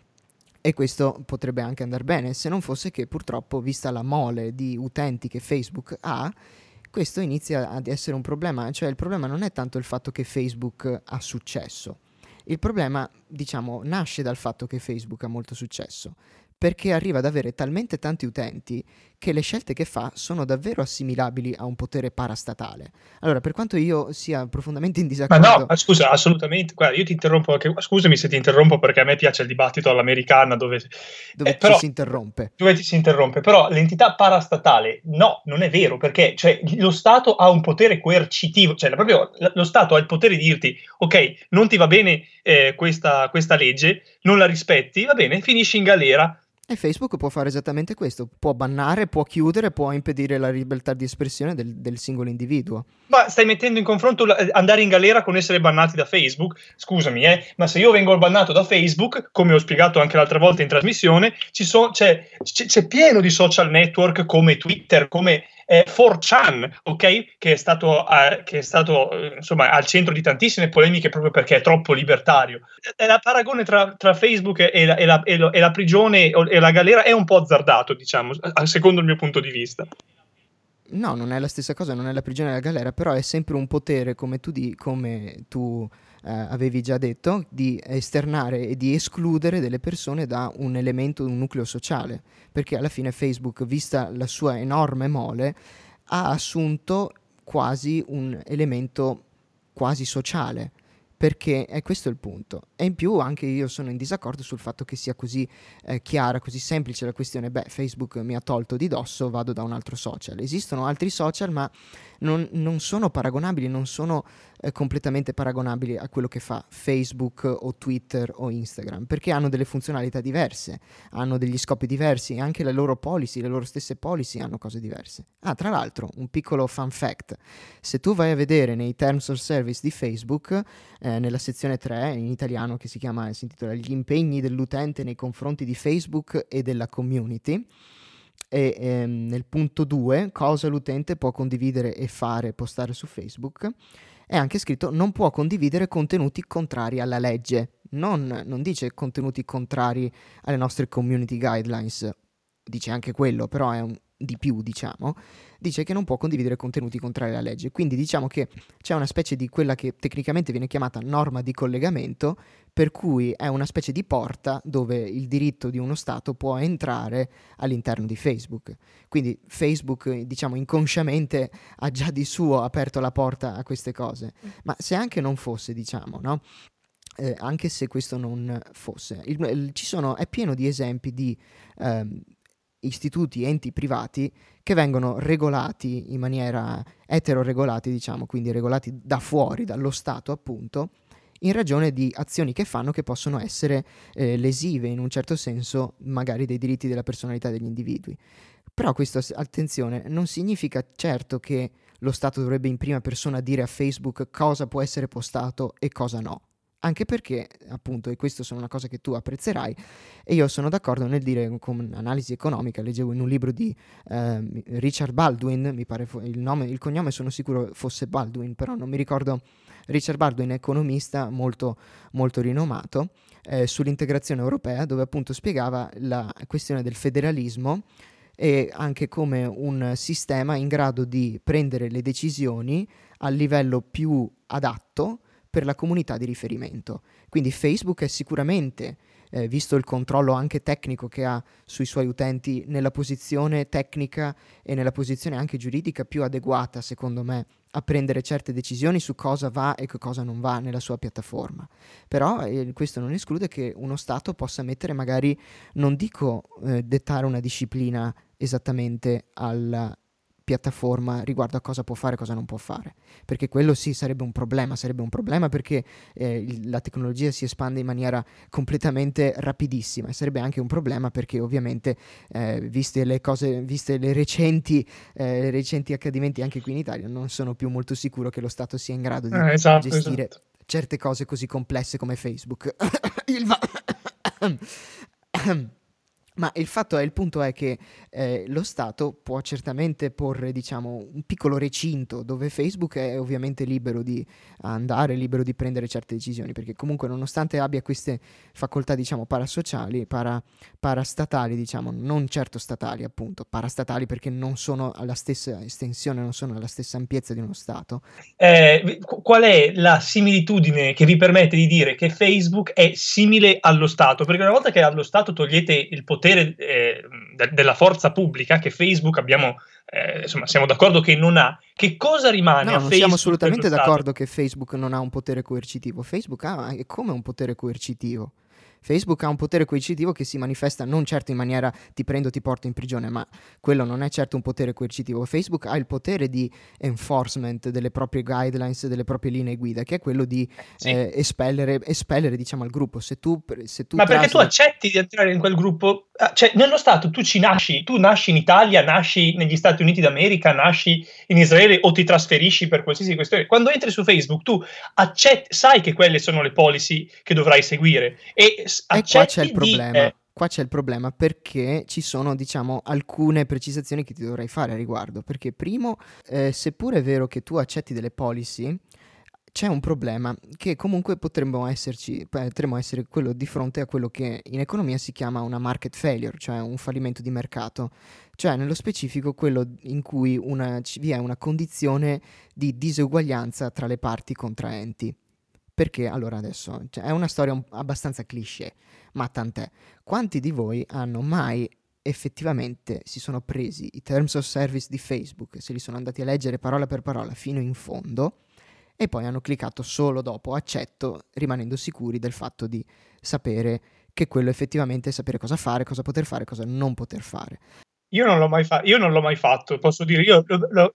E questo potrebbe anche andare bene, se non fosse che purtroppo, vista la mole di utenti che Facebook ha, questo inizia ad essere un problema. Cioè il problema non è tanto il fatto che Facebook ha successo, il problema, diciamo, nasce dal fatto che Facebook ha molto successo, perché arriva ad avere talmente tanti utenti che le scelte che fa sono davvero assimilabili a un potere parastatale. Allora, per quanto io sia profondamente in Ma disaccordo... no, scusa, assolutamente. Guarda, io ti interrompo anche. Scusami se ti interrompo perché a me piace il dibattito all'americana dove ci si interrompe. Dove ci si interrompe, però l'entità parastatale no, non è vero, perché cioè, lo Stato ha un potere coercitivo, cioè proprio lo Stato ha il potere di dirti ok, non ti va bene questa legge, non la rispetti, va bene, finisci in galera. E Facebook può fare esattamente questo, può bannare, può chiudere, può impedire la libertà di espressione del singolo individuo. Ma stai mettendo in confronto andare in galera con essere bannati da Facebook? Scusami, ma se io vengo bannato da Facebook, come ho spiegato anche l'altra volta in trasmissione, c'è pieno di social network come Twitter, come 4chan, ok? Che è stato insomma al centro di tantissime polemiche proprio perché è troppo libertario. La paragone tra Facebook e la prigione e la galera è un po' azzardato, diciamo, secondo il mio punto di vista. No, non è la stessa cosa, non è la prigione della galera, però è sempre un potere, come tu avevi già detto, di esternare e di escludere delle persone da un elemento, un nucleo sociale, perché alla fine Facebook, vista la sua enorme mole, ha assunto quasi un elemento quasi sociale, perché è questo il punto. E in più anche io sono in disaccordo sul fatto che sia così chiara, così semplice la questione. Facebook mi ha tolto di dosso, vado da un altro social. Esistono altri social, ma non sono paragonabili, non sono completamente paragonabili a quello che fa Facebook o Twitter o Instagram, perché hanno delle funzionalità diverse, hanno degli scopi diversi, e anche le loro policy, le loro stesse policy hanno cose diverse. Tra l'altro, un piccolo fun fact: se tu vai a vedere nei Terms of Service di Facebook, nella sezione 3 in italiano, che si intitola Gli impegni dell'utente nei confronti di Facebook e della community, e nel punto 2, cosa l'utente può condividere e postare su Facebook, è anche scritto: non può condividere contenuti contrari alla legge. Non dice contenuti contrari alle nostre community guidelines, dice anche quello, però è di più, diciamo. Dice che non può condividere contenuti contrari alla legge. Quindi diciamo che c'è una specie di quella che tecnicamente viene chiamata norma di collegamento, per cui è una specie di porta dove il diritto di uno Stato può entrare all'interno di Facebook. Quindi Facebook, diciamo, inconsciamente ha già di suo aperto la porta a queste cose. Ma se anche non fosse, diciamo, no? Anche se questo non fosse, è pieno di esempi di istituti, enti privati che vengono regolati in maniera eteroregolati, diciamo, quindi regolati da fuori, dallo Stato appunto, in ragione di azioni che fanno che possono essere lesive in un certo senso magari dei diritti della personalità degli individui. Però questo, attenzione, non significa certo che lo Stato dovrebbe in prima persona dire a Facebook cosa può essere postato e cosa no. Anche perché, appunto, e questo sono una cosa che tu apprezzerai, e io sono d'accordo nel dire, con analisi economica, leggevo in un libro di Richard Baldwin, mi pare il cognome sono sicuro fosse Baldwin, però non mi ricordo. Richard Baldwin è economista molto, molto rinomato, sull'integrazione europea, dove appunto spiegava la questione del federalismo e anche come un sistema in grado di prendere le decisioni al livello più adatto per la comunità di riferimento. Quindi Facebook è sicuramente visto il controllo anche tecnico che ha sui suoi utenti, nella posizione tecnica e nella posizione anche giuridica più adeguata, secondo me, a prendere certe decisioni su cosa va e che cosa non va nella sua piattaforma. Però questo non esclude che uno Stato possa mettere magari, non dico dettare una disciplina esattamente alla piattaforma riguardo a cosa può fare e cosa non può fare, perché quello sì sarebbe un problema perché la tecnologia si espande in maniera completamente rapidissima, e sarebbe anche un problema perché ovviamente viste le recenti accadimenti anche qui in Italia, non sono più molto sicuro che lo Stato sia in grado di gestire certe cose così complesse come Facebook. Ma il punto è che lo Stato può certamente porre, diciamo, un piccolo recinto dove Facebook è ovviamente libero di andare, libero di prendere certe decisioni, perché comunque nonostante abbia queste facoltà, diciamo, parasociali, parastatali, diciamo, non certo statali appunto, parastatali perché non sono alla stessa estensione, non sono alla stessa ampiezza di uno Stato. Qual è la similitudine che vi permette di dire che Facebook è simile allo Stato? Perché una volta che allo Stato togliete il potere della forza pubblica, che Facebook insomma, siamo d'accordo che non ha, che cosa rimane a Facebook? Non siamo assolutamente d'accordo che Facebook non ha un potere coercitivo. Facebook è come un potere coercitivo. Facebook ha un potere coercitivo che si manifesta non certo in maniera ti prendo, ti porto in prigione, ma quello non è certo un potere coercitivo. Facebook ha il potere di enforcement delle proprie guidelines, delle proprie linee guida, che è quello di espellere, diciamo, al gruppo. Se tu ma perché tu accetti di entrare in quel gruppo? Cioè, nello Stato tu nasci in Italia, nasci negli Stati Uniti d'America, nasci in Israele o ti trasferisci per qualsiasi questione. Quando entri su Facebook tu sai che quelle sono le policy che dovrai seguire e qua c'è il problema. Qua c'è il problema perché ci sono, diciamo, alcune precisazioni che ti dovrei fare a riguardo. Perché primo, seppure è vero che tu accetti delle policy, c'è un problema che comunque potremmo essere quello di fronte a quello che in economia si chiama una market failure, cioè un fallimento di mercato. Cioè, nello specifico, quello in cui vi è una condizione di disuguaglianza tra le parti contraenti. Perché allora adesso è una storia abbastanza cliché, ma tant'è. Quanti di voi hanno mai effettivamente si sono presi i terms of service di Facebook, se li sono andati a leggere parola per parola fino in fondo e poi hanno cliccato solo dopo accetto, rimanendo sicuri del fatto di sapere che quello effettivamente è sapere cosa fare, cosa poter fare, cosa non poter fare? Io non l'ho mai fatto, posso dire, io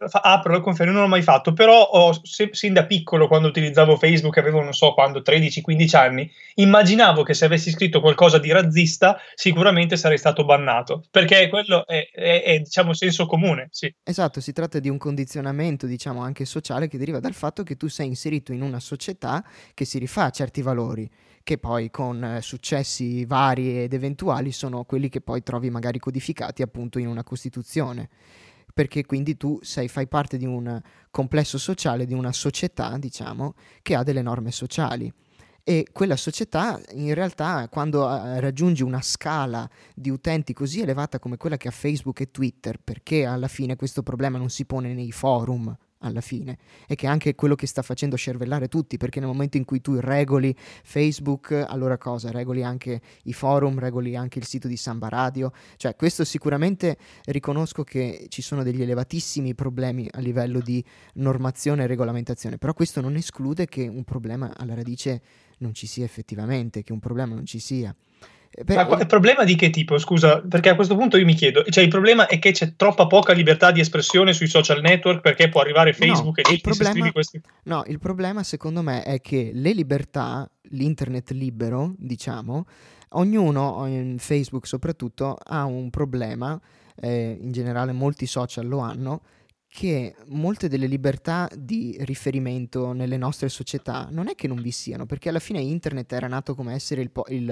lo confermo, non l'ho mai fatto, però sin da piccolo, quando utilizzavo Facebook, avevo, non so quando, 13-15 anni, immaginavo che se avessi scritto qualcosa di razzista, sicuramente sarei stato bannato, perché quello è diciamo, senso comune, sì. Esatto, si tratta di un condizionamento, diciamo, anche sociale, che deriva dal fatto che tu sei inserito in una società che si rifà a certi valori, che poi con successi vari ed eventuali sono quelli che poi trovi magari codificati appunto in una Costituzione, perché quindi tu fai parte di un complesso sociale, di una società, diciamo, che ha delle norme sociali. E quella società in realtà, quando raggiungi una scala di utenti così elevata come quella che ha Facebook e Twitter, perché alla fine questo problema non si pone nei forum, alla fine, e che è anche quello che sta facendo scervellare tutti, perché nel momento in cui tu regoli Facebook, allora cosa? Regoli anche i forum, regoli anche il sito di Samba Radio, cioè questo sicuramente riconosco che ci sono degli elevatissimi problemi a livello di normazione e regolamentazione, però questo non esclude che un problema alla radice non ci sia effettivamente, che un problema non ci sia. Ma il problema di che tipo, scusa? Perché a questo punto io mi chiedo, cioè il problema è che c'è troppa poca libertà di espressione sui social network, perché può arrivare Facebook e ti scrivi questi... No, il problema secondo me è che le libertà, l'internet libero, diciamo, ognuno, in Facebook soprattutto, ha un problema, in generale molti social lo hanno, che molte delle libertà di riferimento nelle nostre società non è che non vi siano, perché alla fine internet era nato come essere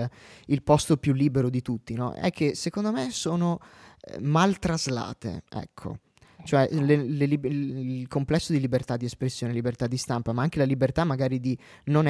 il posto più libero di tutti, no? È che secondo me sono mal traslate, ecco. Cioè il complesso di libertà di espressione, libertà di stampa, ma anche la libertà magari di non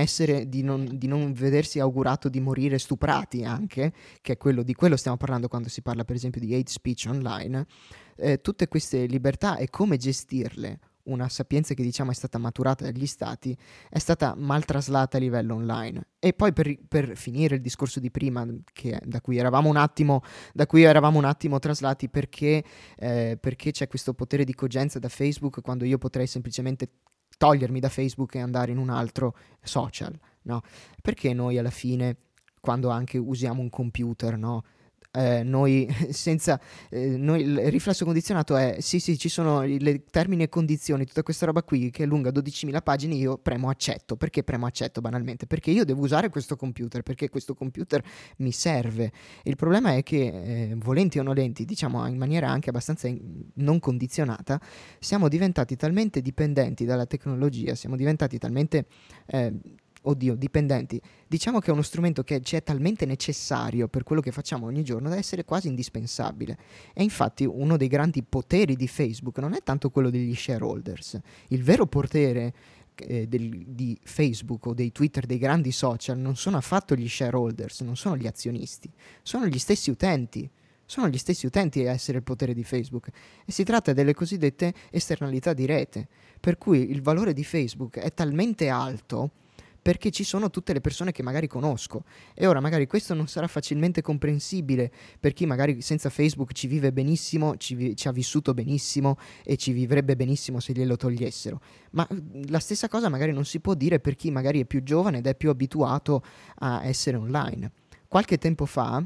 vedersi augurato di morire stuprati anche, che è di quello stiamo parlando quando si parla per esempio di hate speech online. Tutte queste libertà e come gestirle una sapienza che diciamo è stata maturata dagli stati è stata mal traslata a livello online. E poi per finire il discorso di prima, da cui eravamo un attimo traslati, perché c'è questo potere di cogenza da Facebook quando io potrei semplicemente togliermi da Facebook e andare in un altro social, no? Perché noi alla fine, quando anche usiamo un computer, no? Noi il riflesso condizionato è sì, ci sono le termini e condizioni, tutta questa roba qui che è lunga 12.000 pagine, io premo accetto. Perché premo accetto? Banalmente perché io devo usare questo computer, perché questo computer mi serve. Il problema è che volenti o nolenti, diciamo in maniera anche abbastanza non condizionata, siamo diventati talmente dipendenti dalla tecnologia, siamo diventati talmente dipendenti. Diciamo che è uno strumento che ci è talmente necessario per quello che facciamo ogni giorno da essere quasi indispensabile. E infatti uno dei grandi poteri di Facebook non è tanto quello degli shareholders. Il vero potere di Facebook o dei Twitter, dei grandi social, non sono affatto gli shareholders, non sono gli azionisti, sono gli stessi utenti. Sono gli stessi utenti a essere il potere di Facebook, e si tratta delle cosiddette esternalità di rete, per cui il valore di Facebook è talmente alto perché ci sono tutte le persone che magari conosco. E ora magari questo non sarà facilmente comprensibile per chi magari senza Facebook ci vive benissimo, ci ha vissuto benissimo e ci vivrebbe benissimo se glielo togliessero. Ma la stessa cosa magari non si può dire per chi magari è più giovane ed è più abituato a essere online. Qualche tempo fa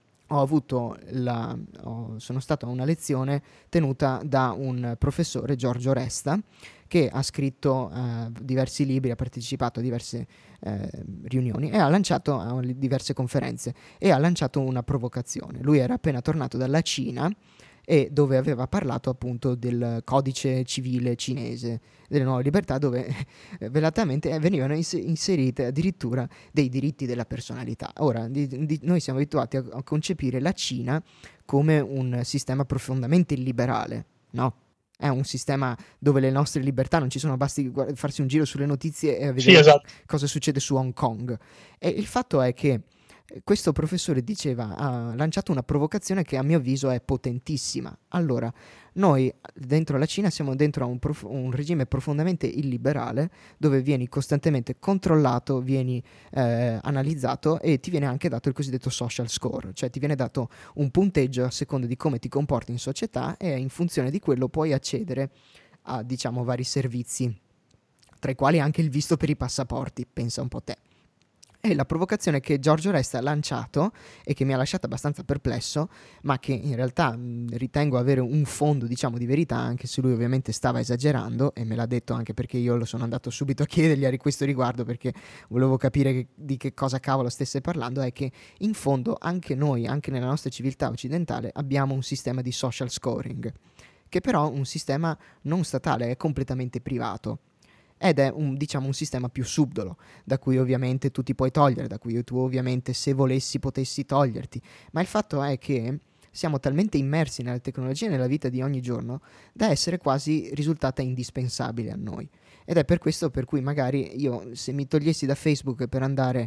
sono stato a una lezione tenuta da un professore, Giorgio Resta, che ha scritto diversi libri, ha partecipato a diverse riunioni e ha lanciato a diverse conferenze e ha lanciato una provocazione. Lui era appena tornato dalla Cina, e dove aveva parlato appunto del codice civile cinese, delle nuove libertà, dove velatamente venivano inserite addirittura dei diritti della personalità. Ora, noi siamo abituati a concepire la Cina come un sistema profondamente illiberale, no? È un sistema dove le nostre libertà non ci sono, basti farsi un giro sulle notizie e vedere esatto, cosa succede su Hong Kong. E il fatto è che questo professore ha lanciato una provocazione che a mio avviso è potentissima. Allora, noi dentro la Cina siamo dentro a un regime profondamente illiberale, dove vieni costantemente controllato, vieni analizzato e ti viene anche dato il cosiddetto social score, cioè ti viene dato un punteggio a seconda di come ti comporti in società, e in funzione di quello puoi accedere a, diciamo, vari servizi, tra i quali anche il visto per i passaporti, pensa un po' te. E la provocazione che Giorgio Resta ha lanciato e che mi ha lasciato abbastanza perplesso, ma che in realtà ritengo avere un fondo, diciamo, di verità, anche se lui ovviamente stava esagerando, e me l'ha detto anche perché io lo sono andato subito a chiedergli a questo riguardo, perché volevo capire di che cosa cavolo stesse parlando, è che in fondo anche noi, anche nella nostra civiltà occidentale, abbiamo un sistema di social scoring, che però è un sistema non statale, è completamente privato. Ed è un sistema più subdolo, da cui ovviamente tu ti puoi togliere, da cui tu ovviamente se volessi potessi toglierti. Ma il fatto è che siamo talmente immersi nella tecnologia e nella vita di ogni giorno da essere quasi risultata indispensabile a noi. Ed è per questo per cui magari io, se mi togliessi da Facebook per andare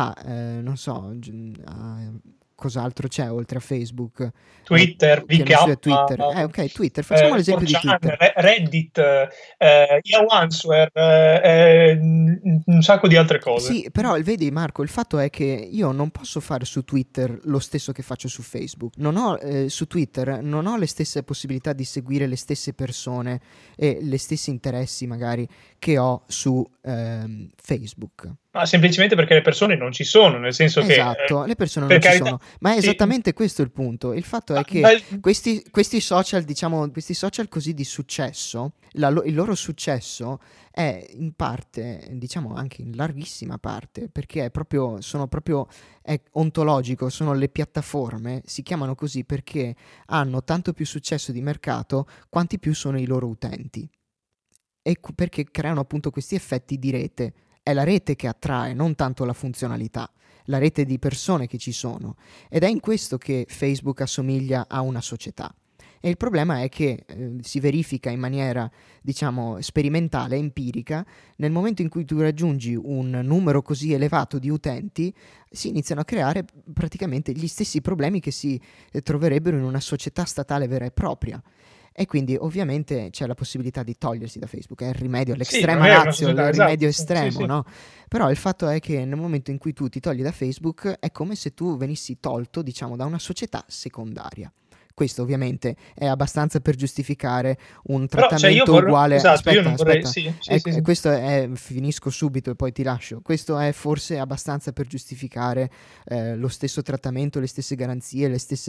cos'altro c'è oltre a Facebook? Twitter, VK, Twitter. Ok, Twitter, facciamo l'esempio di Twitter. Reddit, Yahoo Answer, un sacco di altre cose. Sì, però vedi Marco, il fatto è che io non posso fare su Twitter lo stesso che faccio su Facebook. Su Twitter non ho le stesse possibilità di seguire le stesse persone e gli stessi interessi magari che ho su Facebook. Ma semplicemente perché le persone non ci sono, nel senso che... Esatto, le persone non ci sono. Ma è esattamente questo il punto. Il fatto è che questi social, diciamo, questi social così di successo, il loro successo è in parte, diciamo anche in larghissima parte, perché è ontologico, sono le piattaforme, si chiamano così perché hanno tanto più successo di mercato quanti più sono i loro utenti. E perché creano appunto questi effetti di rete. È la rete che attrae, non tanto la funzionalità, la rete di persone che ci sono. Ed è in questo che Facebook assomiglia a una società. E il problema è che si verifica in maniera, diciamo, sperimentale, empirica. Nel momento in cui tu raggiungi un numero così elevato di utenti, si iniziano a creare praticamente gli stessi problemi che si troverebbero in una società statale vera e propria. E quindi ovviamente c'è la possibilità di togliersi da Facebook, è il rimedio Sì, all'estrema magari è una ratio, il società, rimedio esatto, sì, estremo, sì. no? Però il fatto è che nel momento in cui tu ti togli da Facebook è come se tu venissi tolto, diciamo, da una società secondaria. Questo ovviamente è abbastanza per giustificare un Però, cioè, io trattamento vorrei, uguale. esatto, io non vorrei, Aspetta, sì, sì, sì, sì. questo è, finisco subito e poi ti lascio. Questo è forse abbastanza per giustificare lo stesso trattamento, le stesse garanzie,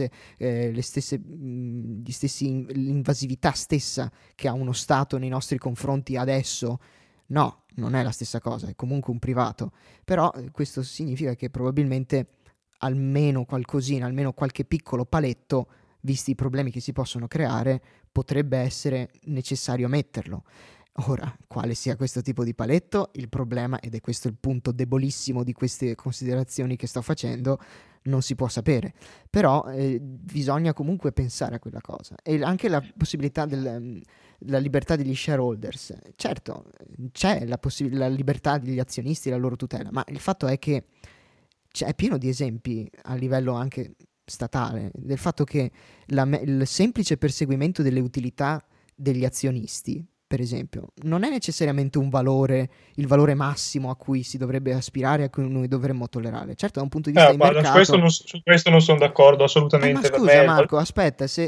l'invasività stessa che ha uno Stato nei nostri confronti adesso. No, non è la stessa cosa, è comunque un privato. Però questo significa che probabilmente almeno qualcosina, almeno qualche piccolo paletto, visti i problemi che si possono creare, potrebbe essere necessario metterlo. Ora, quale sia questo tipo di paletto, il problema, ed è questo il punto debolissimo di queste considerazioni che sto facendo, non si può sapere. Però bisogna comunque pensare a quella cosa. E anche la possibilità la libertà degli shareholders. Certo, c'è la libertà degli azionisti e la loro tutela, ma il fatto è che è pieno di esempi a livello anche statale del fatto che il semplice perseguimento delle utilità degli azionisti, per esempio, non è necessariamente il valore massimo a cui si dovrebbe aspirare, a cui noi dovremmo tollerare. Certo, da un punto di vista di Guarda, mercato. su questo non sono d'accordo Ma assolutamente. Per scusa me, Marco, aspetta, se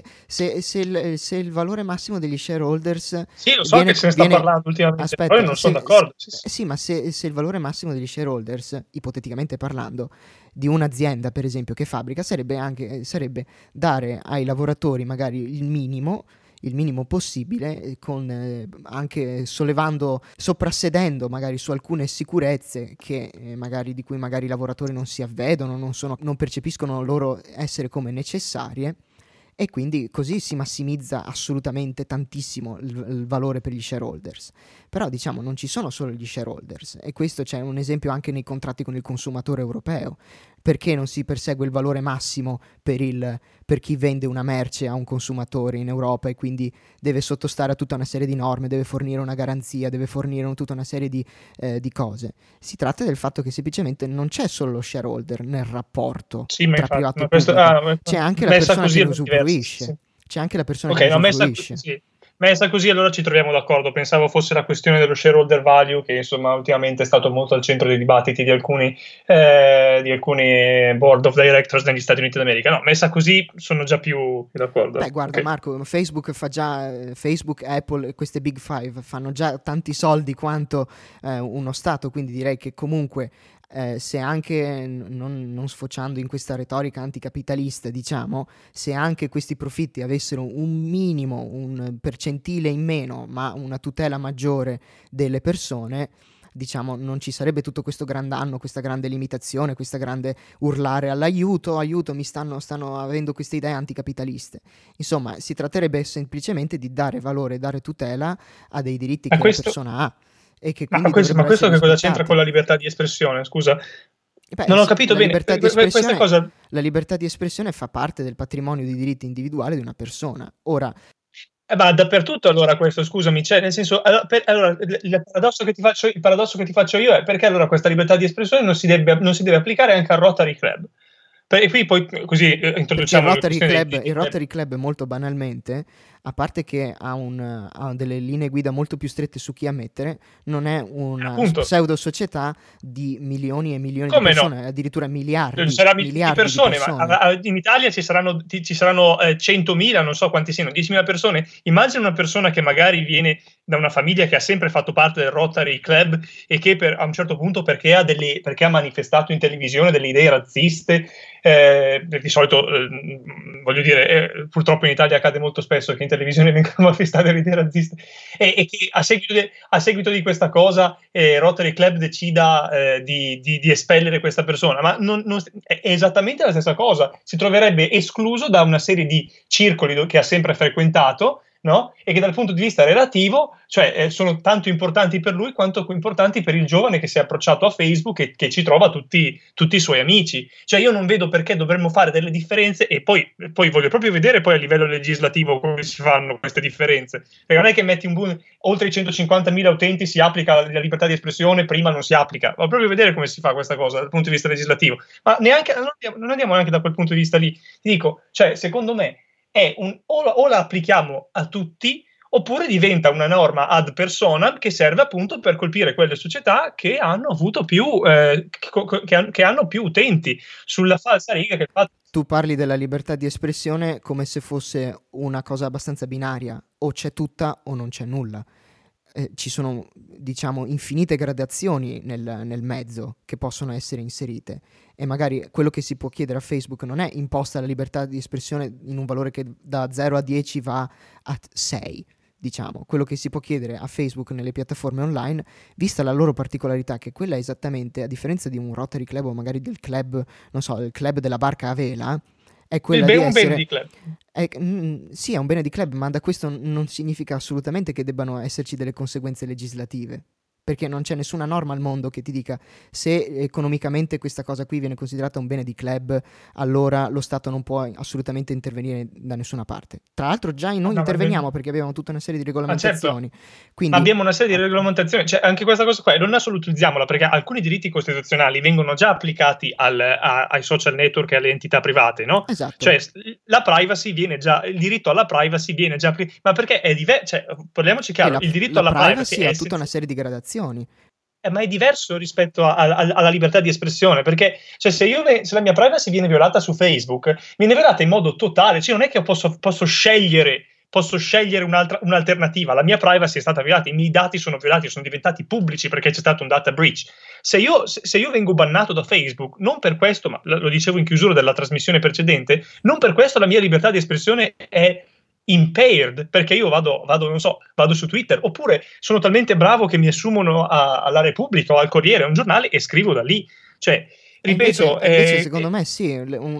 il valore massimo degli shareholders sì, lo so che se ne sta parlando ultimamente, però io non sono d'accordo. sì, ma se il valore massimo degli shareholders, ipoteticamente parlando, di un'azienda, per esempio, che fabbrica, sarebbe dare ai lavoratori magari il minimo possibile, con anche soprassedendo magari su alcune sicurezze che di cui magari i lavoratori non si avvedono, non percepiscono loro essere come necessarie, e quindi così si massimizza assolutamente tantissimo il valore per gli shareholders. Però diciamo non ci sono solo gli shareholders, e questo c'è un esempio anche nei contratti con il consumatore europeo. Perché non si persegue il valore massimo per chi vende una merce a un consumatore in Europa e quindi deve sottostare a tutta una serie di norme, deve fornire una garanzia, deve fornire tutta una serie di cose? Si tratta del fatto che semplicemente non c'è solo lo shareholder nel rapporto sì, ma tra infatti, privato e pubblico, c'è anche la persona che ne usufruisce. Sì. C'è anche la persona Ok, che ne no, usufruisce. messa così allora ci troviamo d'accordo. Pensavo fosse la questione dello shareholder value, che insomma ultimamente è stato molto al centro dei dibattiti di alcuni board of directors negli Stati Uniti d'America. No, messa così sono già più d'accordo. Beh, guarda, okay. Marco, Facebook, Apple, queste Big Five fanno già tanti soldi quanto uno Stato, quindi direi che comunque se anche non sfociando in questa retorica anticapitalista, diciamo, se anche questi profitti avessero un percentile in meno, ma una tutela maggiore delle persone, diciamo, non ci sarebbe tutto questo gran danno, questa grande limitazione, questa grande urlare all'aiuto, mi stanno avendo queste idee anticapitaliste. Insomma, si tratterebbe semplicemente di dare valore, dare tutela a dei diritti che la persona ha. E che quindi ma questo che cosa c'entra con la libertà di espressione? Scusa, non ho capito bene. Questa cosa... La libertà di espressione fa parte del patrimonio di diritti individuali di una persona. Ora, ma dappertutto allora questo, scusami, cioè nel senso, allora il paradosso che ti faccio io è perché allora questa libertà di espressione non si deve applicare anche al Rotary Club. E qui poi così introduciamo il Rotary Club molto banalmente, a parte che ha delle linee guida molto più strette su chi ammettere, non è una pseudo società di milioni e milioni di persone, no? Addirittura miliardi, miliardi di persone. Ma in Italia ci saranno 100.000, non so quanti siano, 10.000 persone. Immagina una persona che magari viene da una famiglia che ha sempre fatto parte del Rotary Club e che a un certo punto perché ha manifestato in televisione delle idee razziste, di solito voglio dire, purtroppo in Italia accade molto spesso che in televisione vengono manifestate le idee razziste, e che a seguito di questa cosa Rotary Club decida di espellere questa persona, ma è esattamente la stessa cosa, si troverebbe escluso da una serie di circoli che ha sempre frequentato, no? E che dal punto di vista relativo, cioè sono tanto importanti per lui quanto importanti per il giovane che si è approcciato a Facebook e che ci trova tutti i suoi amici. Cioè io non vedo perché dovremmo fare delle differenze, e poi voglio proprio vedere poi a livello legislativo come si fanno queste differenze, perché non è che metti oltre i 150.000 utenti si applica la libertà di espressione, prima non si applica. Voglio proprio vedere come si fa questa cosa dal punto di vista legislativo, ma non andiamo neanche da quel punto di vista lì. Ti dico, cioè secondo me o la applichiamo a tutti, oppure diventa una norma ad personam che serve appunto per colpire quelle società che hanno avuto che hanno più utenti, sulla falsariga che fa. Tu parli della libertà di espressione come se fosse una cosa abbastanza binaria, o c'è tutta o non c'è nulla. Ci sono, diciamo, infinite gradazioni nel mezzo che possono essere inserite, e magari quello che si può chiedere a Facebook non è imposta la libertà di espressione in un valore che da 0 a 10 va a 6, diciamo. Quello che si può chiedere a Facebook nelle piattaforme online, vista la loro particolarità, che quella è esattamente, a differenza di un Rotary Club o magari del club, non so, il club della barca a vela, è quella di un essere... bene di club. Sì, è un bene di club, ma da questo non significa assolutamente che debbano esserci delle conseguenze legislative, perché non c'è nessuna norma al mondo che ti dica se economicamente questa cosa qui viene considerata un bene di club, allora lo Stato non può assolutamente intervenire da nessuna parte. Tra l'altro già noi interveniamo perché abbiamo tutta una serie di regolamentazioni. Certo. Quindi... abbiamo una serie di regolamentazioni, cioè anche questa cosa qua non assolutizziamola, perché alcuni diritti costituzionali vengono già applicati ai social network e alle entità private, no? Esatto. Cioè la privacy viene già, il diritto alla privacy viene già, ma perché è diverso, cioè parliamoci chiaro, il diritto alla privacy ha tutta una serie di gradazioni. Ma è diverso rispetto alla libertà di espressione, perché cioè, se la mia privacy viene violata su Facebook, viene violata in modo totale, cioè non è che posso scegliere un'alternativa. La mia privacy è stata violata, i miei dati sono violati, sono diventati pubblici perché c'è stato un data breach. Se io vengo bannato da Facebook, non per questo, ma lo dicevo in chiusura della trasmissione precedente, non per questo la mia libertà di espressione è impaired, perché io vado su Twitter, oppure sono talmente bravo che mi assumono alla Repubblica o al Corriere, a un giornale, e scrivo da lì. Cioè, ripeto, invece secondo me sì,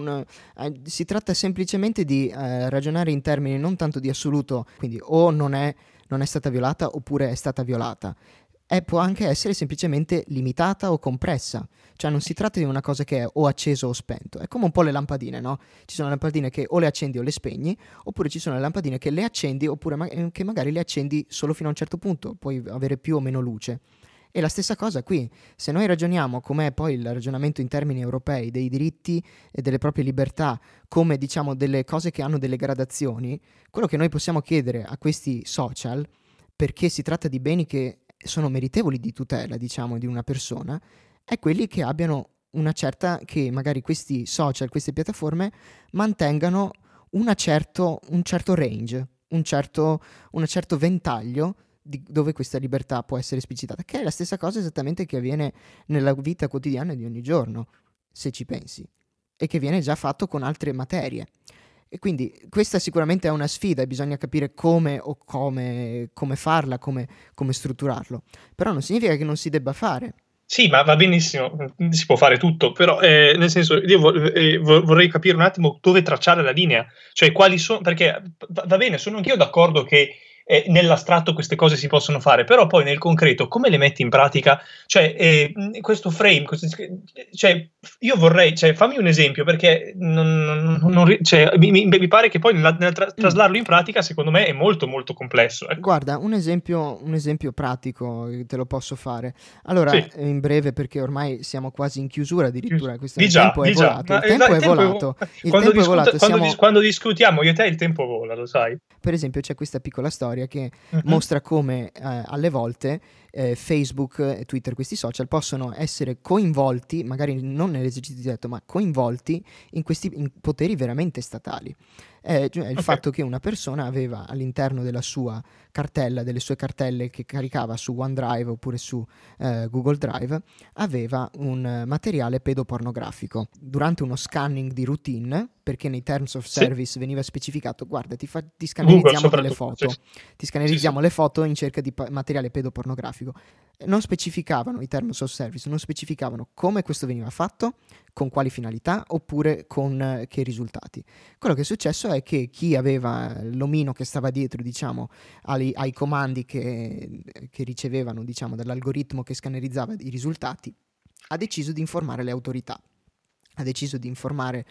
si tratta semplicemente di ragionare in termini non tanto di assoluto, quindi o non è stata violata oppure è stata violata. Può anche essere semplicemente limitata o compressa, cioè non si tratta di una cosa che è o acceso o spento. È come un po' le lampadine, no? Ci sono lampadine che o le accendi o le spegni, oppure ci sono le lampadine che le accendi oppure che magari le accendi solo fino a un certo punto, puoi avere più o meno luce. E la stessa cosa qui, se noi ragioniamo come poi il ragionamento in termini europei dei diritti e delle proprie libertà, come diciamo delle cose che hanno delle gradazioni, quello che noi possiamo chiedere a questi social, perché si tratta di beni che sono meritevoli di tutela, diciamo, di una persona, è quelli che abbiano una certa, che magari questi social, queste piattaforme mantengano un certo range, un certo ventaglio dove questa libertà può essere esplicitata, che è la stessa cosa esattamente che avviene nella vita quotidiana di ogni giorno, se ci pensi, e che viene già fatto con altre materie. E quindi questa sicuramente è una sfida e bisogna capire come farla, come strutturarlo. Però non significa che non si debba fare. Sì, ma va benissimo, si può fare tutto, però nel senso io vorrei capire un attimo dove tracciare la linea, cioè quali sono, perché va bene, sono anch'io d'accordo che nell'astratto queste cose si possono fare, però poi nel concreto come le metti in pratica? Cioè questo frame, cioè io vorrei, cioè fammi un esempio, perché mi pare che poi nel traslarlo in pratica secondo me è molto molto complesso. Ecco. Guarda, un esempio pratico te lo posso fare. Allora, sì. In breve, perché ormai siamo quasi in chiusura addirittura, il tempo è volato. Quando discutiamo io e te il tempo vola, lo sai. Per esempio c'è questa piccola storia che mostra come alle volte Facebook e Twitter, questi social, possono essere coinvolti, magari non nell'esercizio diretto, ma coinvolti in poteri veramente statali. Il fatto che una persona aveva all'interno della sua cartella, delle sue cartelle che caricava su OneDrive oppure su Google Drive, aveva un materiale pedopornografico. Durante uno scanning di routine, perché nei terms of service veniva specificato, guarda, ti scannerizziamo delle foto, ti scannerizziamo le foto in cerca di materiale pedopornografico. Non specificavano i terms of service, non specificavano come questo veniva fatto, con quali finalità, oppure con che risultati. Quello che è successo è che chi aveva l'omino che stava dietro, diciamo, ai comandi che ricevevano, diciamo, dall'algoritmo che scannerizzava i risultati, ha deciso di informare le autorità. ha deciso di informare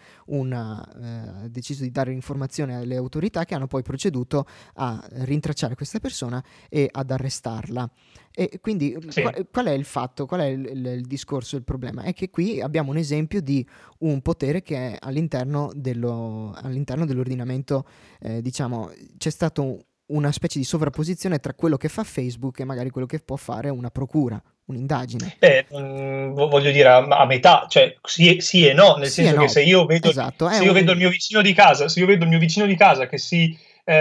ha deciso di dare informazione alle autorità, che hanno poi proceduto a rintracciare questa persona e ad arrestarla. E quindi Sì. qual è il fatto, qual è il discorso, il problema? È che qui abbiamo un esempio di un potere che è all'interno dell'ordinamento, diciamo, c'è stato una specie di sovrapposizione tra quello che fa Facebook e magari quello che può fare una procura, un'indagine. Voglio dire a metà, cioè sì e no, nel Sì senso e che no. se io vedo, Esatto, se io vedo il mio vicino di casa, che si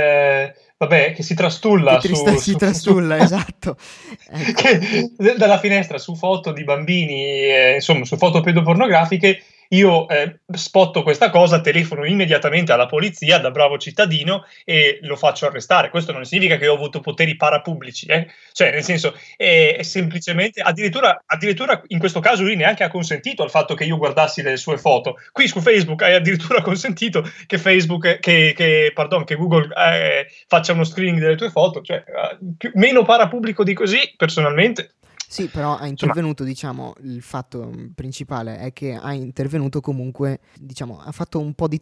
che si trastulla si trastulla, esatto. Ecco. Dalla finestra su foto di bambini, insomma, su foto pedopornografiche, io spotto questa cosa, telefono immediatamente alla polizia da bravo cittadino e lo faccio arrestare. Questo non significa che ho avuto poteri parapubblici, cioè nel senso è semplicemente, addirittura in questo caso lui neanche ha consentito al fatto che io guardassi le sue foto. Qui su Facebook hai addirittura consentito che Facebook che Google faccia uno screening delle tue foto, cioè meno parapubblico di così personalmente. Sì, però ha intervenuto, diciamo, il fatto principale è che ha intervenuto comunque, diciamo, ha fatto un po' di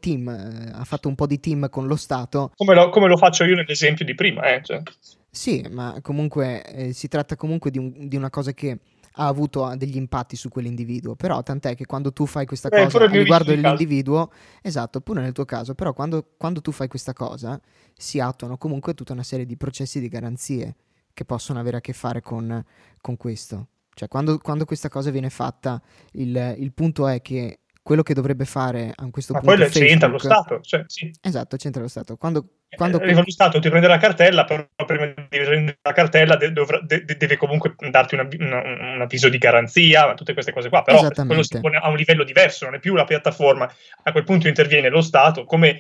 team con lo Stato. Come lo faccio io nell'esempio di prima, cioè. Sì, ma comunque si tratta comunque di una cosa che ha avuto degli impatti su quell'individuo, però tant'è che quando tu fai questa cosa a riguardo dell'individuo, esatto, pure nel tuo caso, però quando tu fai questa cosa si attuano comunque tutta una serie di processi di garanzie che possono avere a che fare con questo. Cioè quando questa cosa viene fatta, il punto è che quello che dovrebbe fare a questo punto quello Facebook, c'entra lo Stato, cioè, sì. Esatto, c'entra lo Stato. Quando lo Stato ti prende la cartella, però prima di prendere la cartella deve comunque darti un avviso di garanzia, tutte queste cose qua, però quello si pone a un livello diverso, non è più la piattaforma. A quel punto interviene lo Stato, come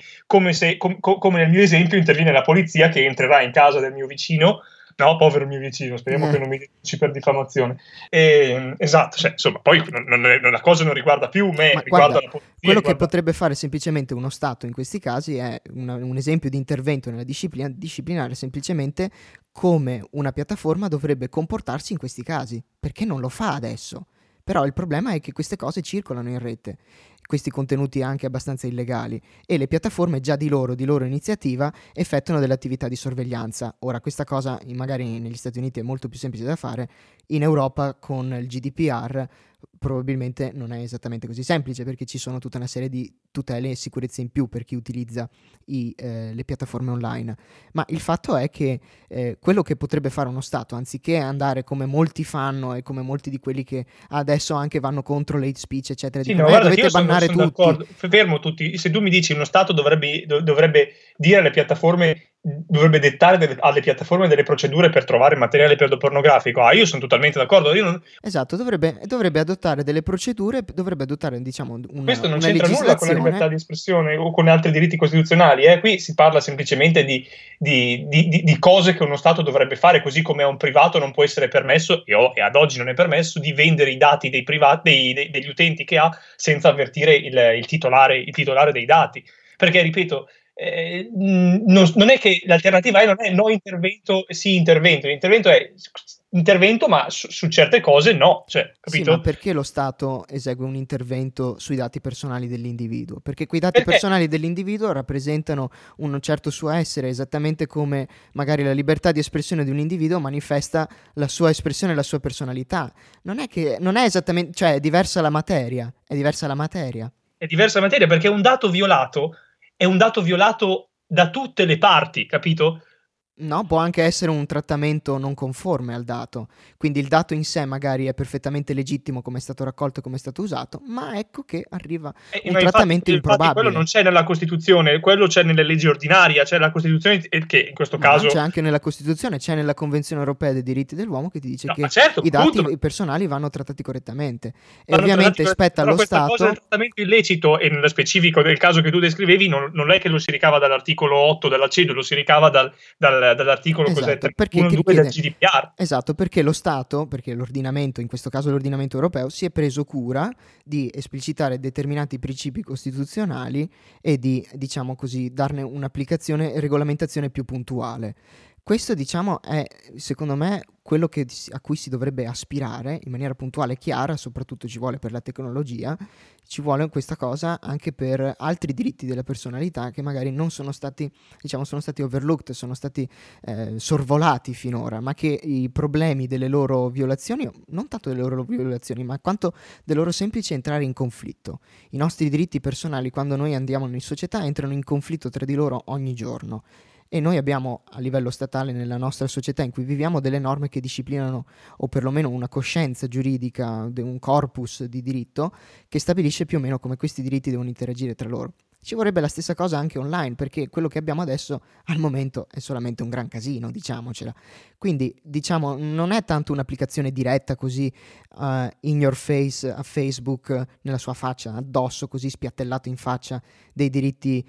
nel mio esempio interviene la polizia che entrerà in casa del mio vicino. No, povero mio vicino, speriamo che non mi denunci per diffamazione. Esatto, cioè, insomma, poi la cosa non riguarda più me, riguarda la polizia. Quello che potrebbe fare semplicemente uno Stato in questi casi è un esempio di intervento nella disciplinare semplicemente come una piattaforma dovrebbe comportarsi in questi casi, perché non lo fa adesso. Però il problema è che queste cose circolano in rete, questi contenuti anche abbastanza illegali, e le piattaforme già di loro iniziativa effettuano delle attività di sorveglianza. Ora, questa cosa magari negli Stati Uniti è molto più semplice da fare, in Europa con il GDPR probabilmente non è esattamente così semplice, perché ci sono tutta una serie di tutele e sicurezze in più per chi utilizza le piattaforme online. Ma il fatto è che quello che potrebbe fare uno Stato, anziché andare come molti fanno e come molti di quelli che adesso anche vanno contro l'hate speech eccetera, sì, dovete bannare tutti. Fermo tutti. Se tu mi dici uno Stato dovrebbe dire alle piattaforme, dovrebbe dettare alle piattaforme delle procedure per trovare materiale pedopornografico, io sono totalmente d'accordo. Esatto, dovrebbe adottare delle procedure, dovrebbe adottare, diciamo, questo non c'entra nulla con la libertà di espressione o con altri diritti costituzionali, qui si parla semplicemente di cose che uno Stato dovrebbe fare, così come a un privato non può essere permesso, e ad oggi non è permesso, di vendere i dati degli utenti che ha senza avvertire il titolare dei dati, perché ripeto, non è che l'alternativa non è no intervento, sì intervento. L'intervento è intervento, ma su certe cose no, cioè, capito? Sì, ma perché lo Stato esegue un intervento sui dati personali dell'individuo? Perché quei dati personali dell'individuo rappresentano un certo suo essere, esattamente come magari la libertà di espressione di un individuo manifesta la sua espressione e la sua personalità. Non è esattamente, cioè è diversa la materia. È diversa la materia perché un dato violato è un dato violato da tutte le parti, capito? No, può anche essere un trattamento non conforme al dato, quindi il dato in sé magari è perfettamente legittimo come è stato raccolto e come è stato usato, ma ecco che arriva un trattamento improbabile. Quello non c'è nella Costituzione, quello c'è nelle leggi ordinarie, c'è la Costituzione che in questo caso... c'è anche nella Costituzione, c'è nella Convenzione Europea dei diritti dell'uomo che ti dice che certo, i dati personali vanno trattati correttamente. E ovviamente spetta allo Stato... Cosa del trattamento illecito, e nello specifico del caso che tu descrivevi, non è che lo si ricava dall'articolo 8 della CEDU, lo si ricava dall'articolo 1-2 del GDPR. Esatto, perché lo Stato, perché l'ordinamento, in questo caso l'ordinamento europeo, si è preso cura di esplicitare determinati principi costituzionali e di, diciamo così, darne un'applicazione e regolamentazione più puntuale. Questo, diciamo, è secondo me quello a cui si dovrebbe aspirare in maniera puntuale e chiara, soprattutto ci vuole per la tecnologia, ci vuole questa cosa anche per altri diritti della personalità che magari non sono stati, diciamo, sono stati overlooked, sono stati sorvolati finora, ma che i problemi delle loro violazioni, non tanto delle loro violazioni, ma quanto del loro semplice entrare in conflitto. I nostri diritti personali, quando noi andiamo in società, entrano in conflitto tra di loro ogni giorno. E noi abbiamo a livello statale nella nostra società in cui viviamo delle norme che disciplinano o perlomeno una coscienza giuridica, un corpus di diritto che stabilisce più o meno come questi diritti devono interagire tra loro. Ci vorrebbe la stessa cosa anche online, perché quello che abbiamo adesso al momento è solamente un gran casino, diciamocela. Quindi, diciamo, non è tanto un'applicazione diretta così in your face a Facebook, nella sua faccia, addosso, così spiattellato in faccia dei diritti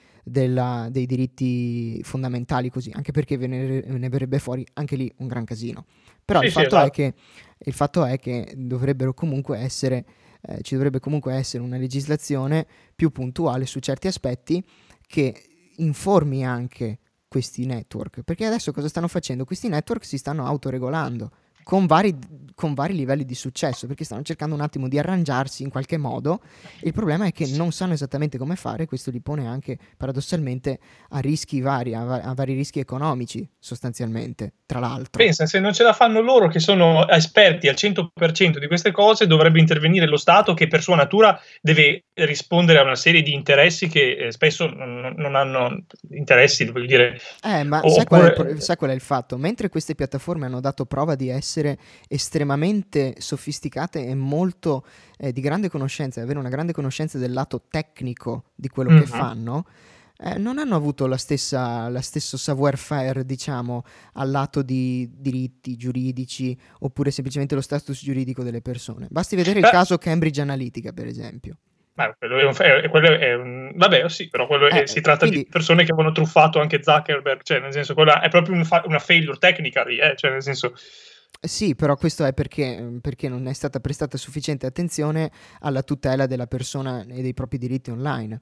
dei diritti fondamentali, così, anche perché ve ne verrebbe fuori anche lì un gran casino. Però Sì, il sì, fatto esatto. il fatto è che dovrebbero comunque essere ci dovrebbe comunque essere una legislazione più puntuale su certi aspetti che informi anche questi network, perché adesso cosa stanno facendo? Questi network si stanno autoregolando con vari livelli di successo, perché stanno cercando un attimo di arrangiarsi in qualche modo. Il problema è che non sanno esattamente come fare, questo li pone anche paradossalmente a rischi vari, a vari rischi economici sostanzialmente, tra l'altro. Pensa, se non ce la fanno loro che sono esperti al 100% di queste cose, dovrebbe intervenire lo Stato che per sua natura deve rispondere a una serie di interessi che spesso non hanno interessi, voglio dire. Ma sai qual è il fatto? Mentre queste piattaforme hanno dato prova di essere estremamente sofisticate e molto di grande conoscenza, avere una grande conoscenza del lato tecnico di quello che fanno, non hanno avuto la stesso savoir-faire, diciamo, al lato di diritti giuridici oppure semplicemente lo status giuridico delle persone. Basti vedere il caso Cambridge Analytica, per esempio. Ma quello è vabbè, sì, però si tratta di persone che avevano truffato anche Zuckerberg, cioè nel senso quella è proprio una failure tecnica lì, cioè nel senso. Sì, però questo è perché non è stata prestata sufficiente attenzione alla tutela della persona e dei propri diritti online.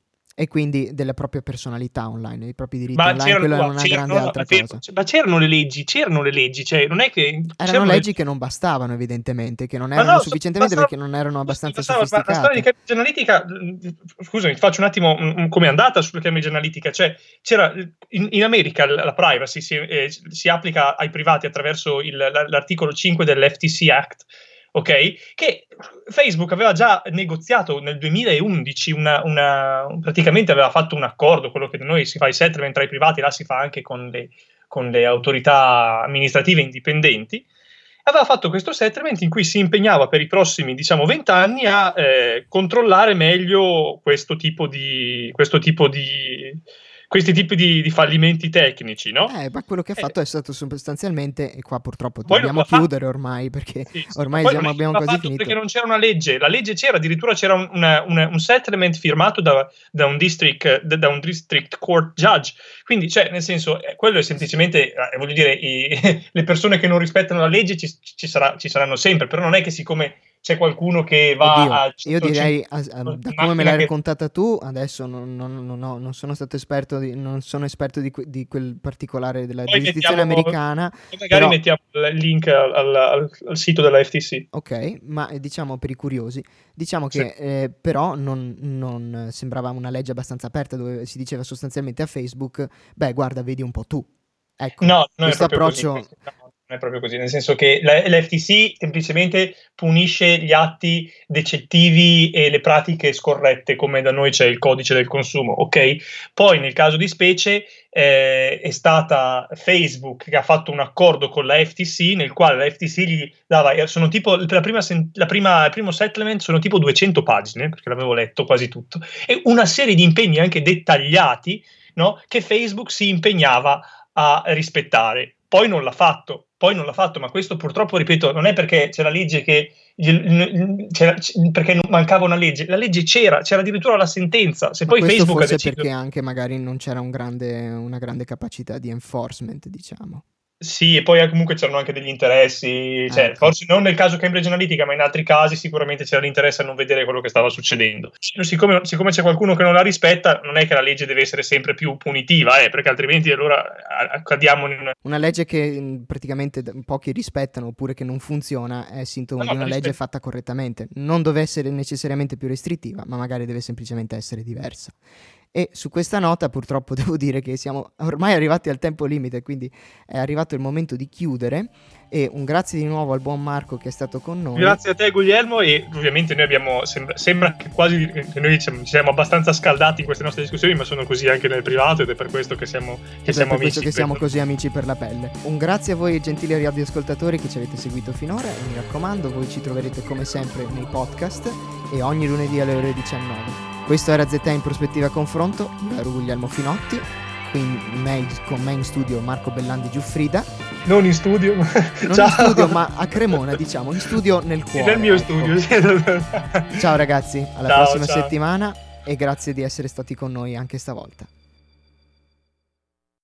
E quindi della propria personalità online, dei propri diritti online, quello è una grande altra cosa. Ma c'erano le leggi, cioè non è che erano leggi che non bastavano, evidentemente, che non erano sufficientemente perché non erano abbastanza sofisticate. La storia di Cambridge Analytica, scusami, faccio un attimo come è andata sulla Cambridge Analytica, cioè c'era in America la privacy si applica ai privati attraverso l'articolo 5 dell'FTC Act. Ok, che Facebook aveva già negoziato nel 2011 praticamente aveva fatto un accordo, quello che da noi si fa i settlement tra i privati, là si fa anche con le autorità amministrative indipendenti. Aveva fatto questo settlement in cui si impegnava per i prossimi, diciamo, 20 anni a controllare meglio questi tipi di fallimenti tecnici, no? Ma quello che ha fatto è stato sostanzialmente, e qua purtroppo dobbiamo chiudere ormai, perché ormai abbiamo quasi finito. Perché non c'era una legge, la legge c'era, addirittura c'era un settlement firmato da un district court judge, quindi cioè nel senso quello è semplicemente, voglio dire, le persone che non rispettano la legge ci saranno sempre, però non è che siccome c'è qualcuno che va io direi, da come me l'hai raccontata tu, adesso non sono stato esperto non sono esperto di quel particolare della giurisdizione americana. Magari mettiamo il link al sito della FTC. Ok, ma diciamo per i curiosi, diciamo che però non sembrava una legge abbastanza aperta, dove si diceva sostanzialmente a Facebook, beh guarda, vedi un po' tu. Ecco, no, questo approccio... Non è proprio così, nel senso che l'FTC semplicemente punisce gli atti decettivi e le pratiche scorrette, come da noi c'è il codice del consumo, ok? Poi nel caso di specie è stata Facebook che ha fatto un accordo con la FTC nel quale la FTC gli dava, sono tipo il primo settlement sono tipo 200 pagine, perché l'avevo letto quasi tutto, e una serie di impegni anche dettagliati, no? Che Facebook si impegnava a rispettare. Poi non l'ha fatto, ma questo purtroppo, ripeto, non è perché c'è la legge perché non mancava una legge, la legge c'era addirittura la sentenza. Se poi questo Facebook forse perché anche magari non c'era una grande capacità di enforcement, diciamo. Sì, e poi comunque c'erano anche degli interessi, cioè, Ecco. forse non nel caso Cambridge Analytica, ma in altri casi sicuramente c'era l'interesse a non vedere quello che stava succedendo. Siccome c'è qualcuno che non la rispetta, non è che la legge deve essere sempre più punitiva, perché altrimenti allora cadiamo in una legge che praticamente pochi rispettano oppure che non funziona è sintomo di una legge fatta correttamente. Non deve essere necessariamente più restrittiva, ma magari deve semplicemente essere diversa. E su questa nota purtroppo devo dire che siamo ormai arrivati al tempo limite, quindi è arrivato il momento di chiudere. E un grazie di nuovo al buon Marco che è stato con noi. Grazie a te Guglielmo, e ovviamente noi abbiamo sembra che quasi che noi ci siamo abbastanza scaldati in queste nostre discussioni, ma sono così anche nel privato, ed è per questo che siamo amici. Questo che siamo così amici per la pelle. Un grazie a voi gentili radioascoltatori che ci avete seguito finora, e mi raccomando, voi ci troverete come sempre nei podcast e ogni lunedì alle ore 19. Questo era ZTE in prospettiva confronto, io ero Guglielmo Finotti, qui con me in studio Marco Bellandi Giuffrida. Non in studio, ma non in studio, ma a Cremona, diciamo, in studio nel cuore. Nel mio studio. Ciao ragazzi, alla prossima settimana, e grazie di essere stati con noi anche stavolta.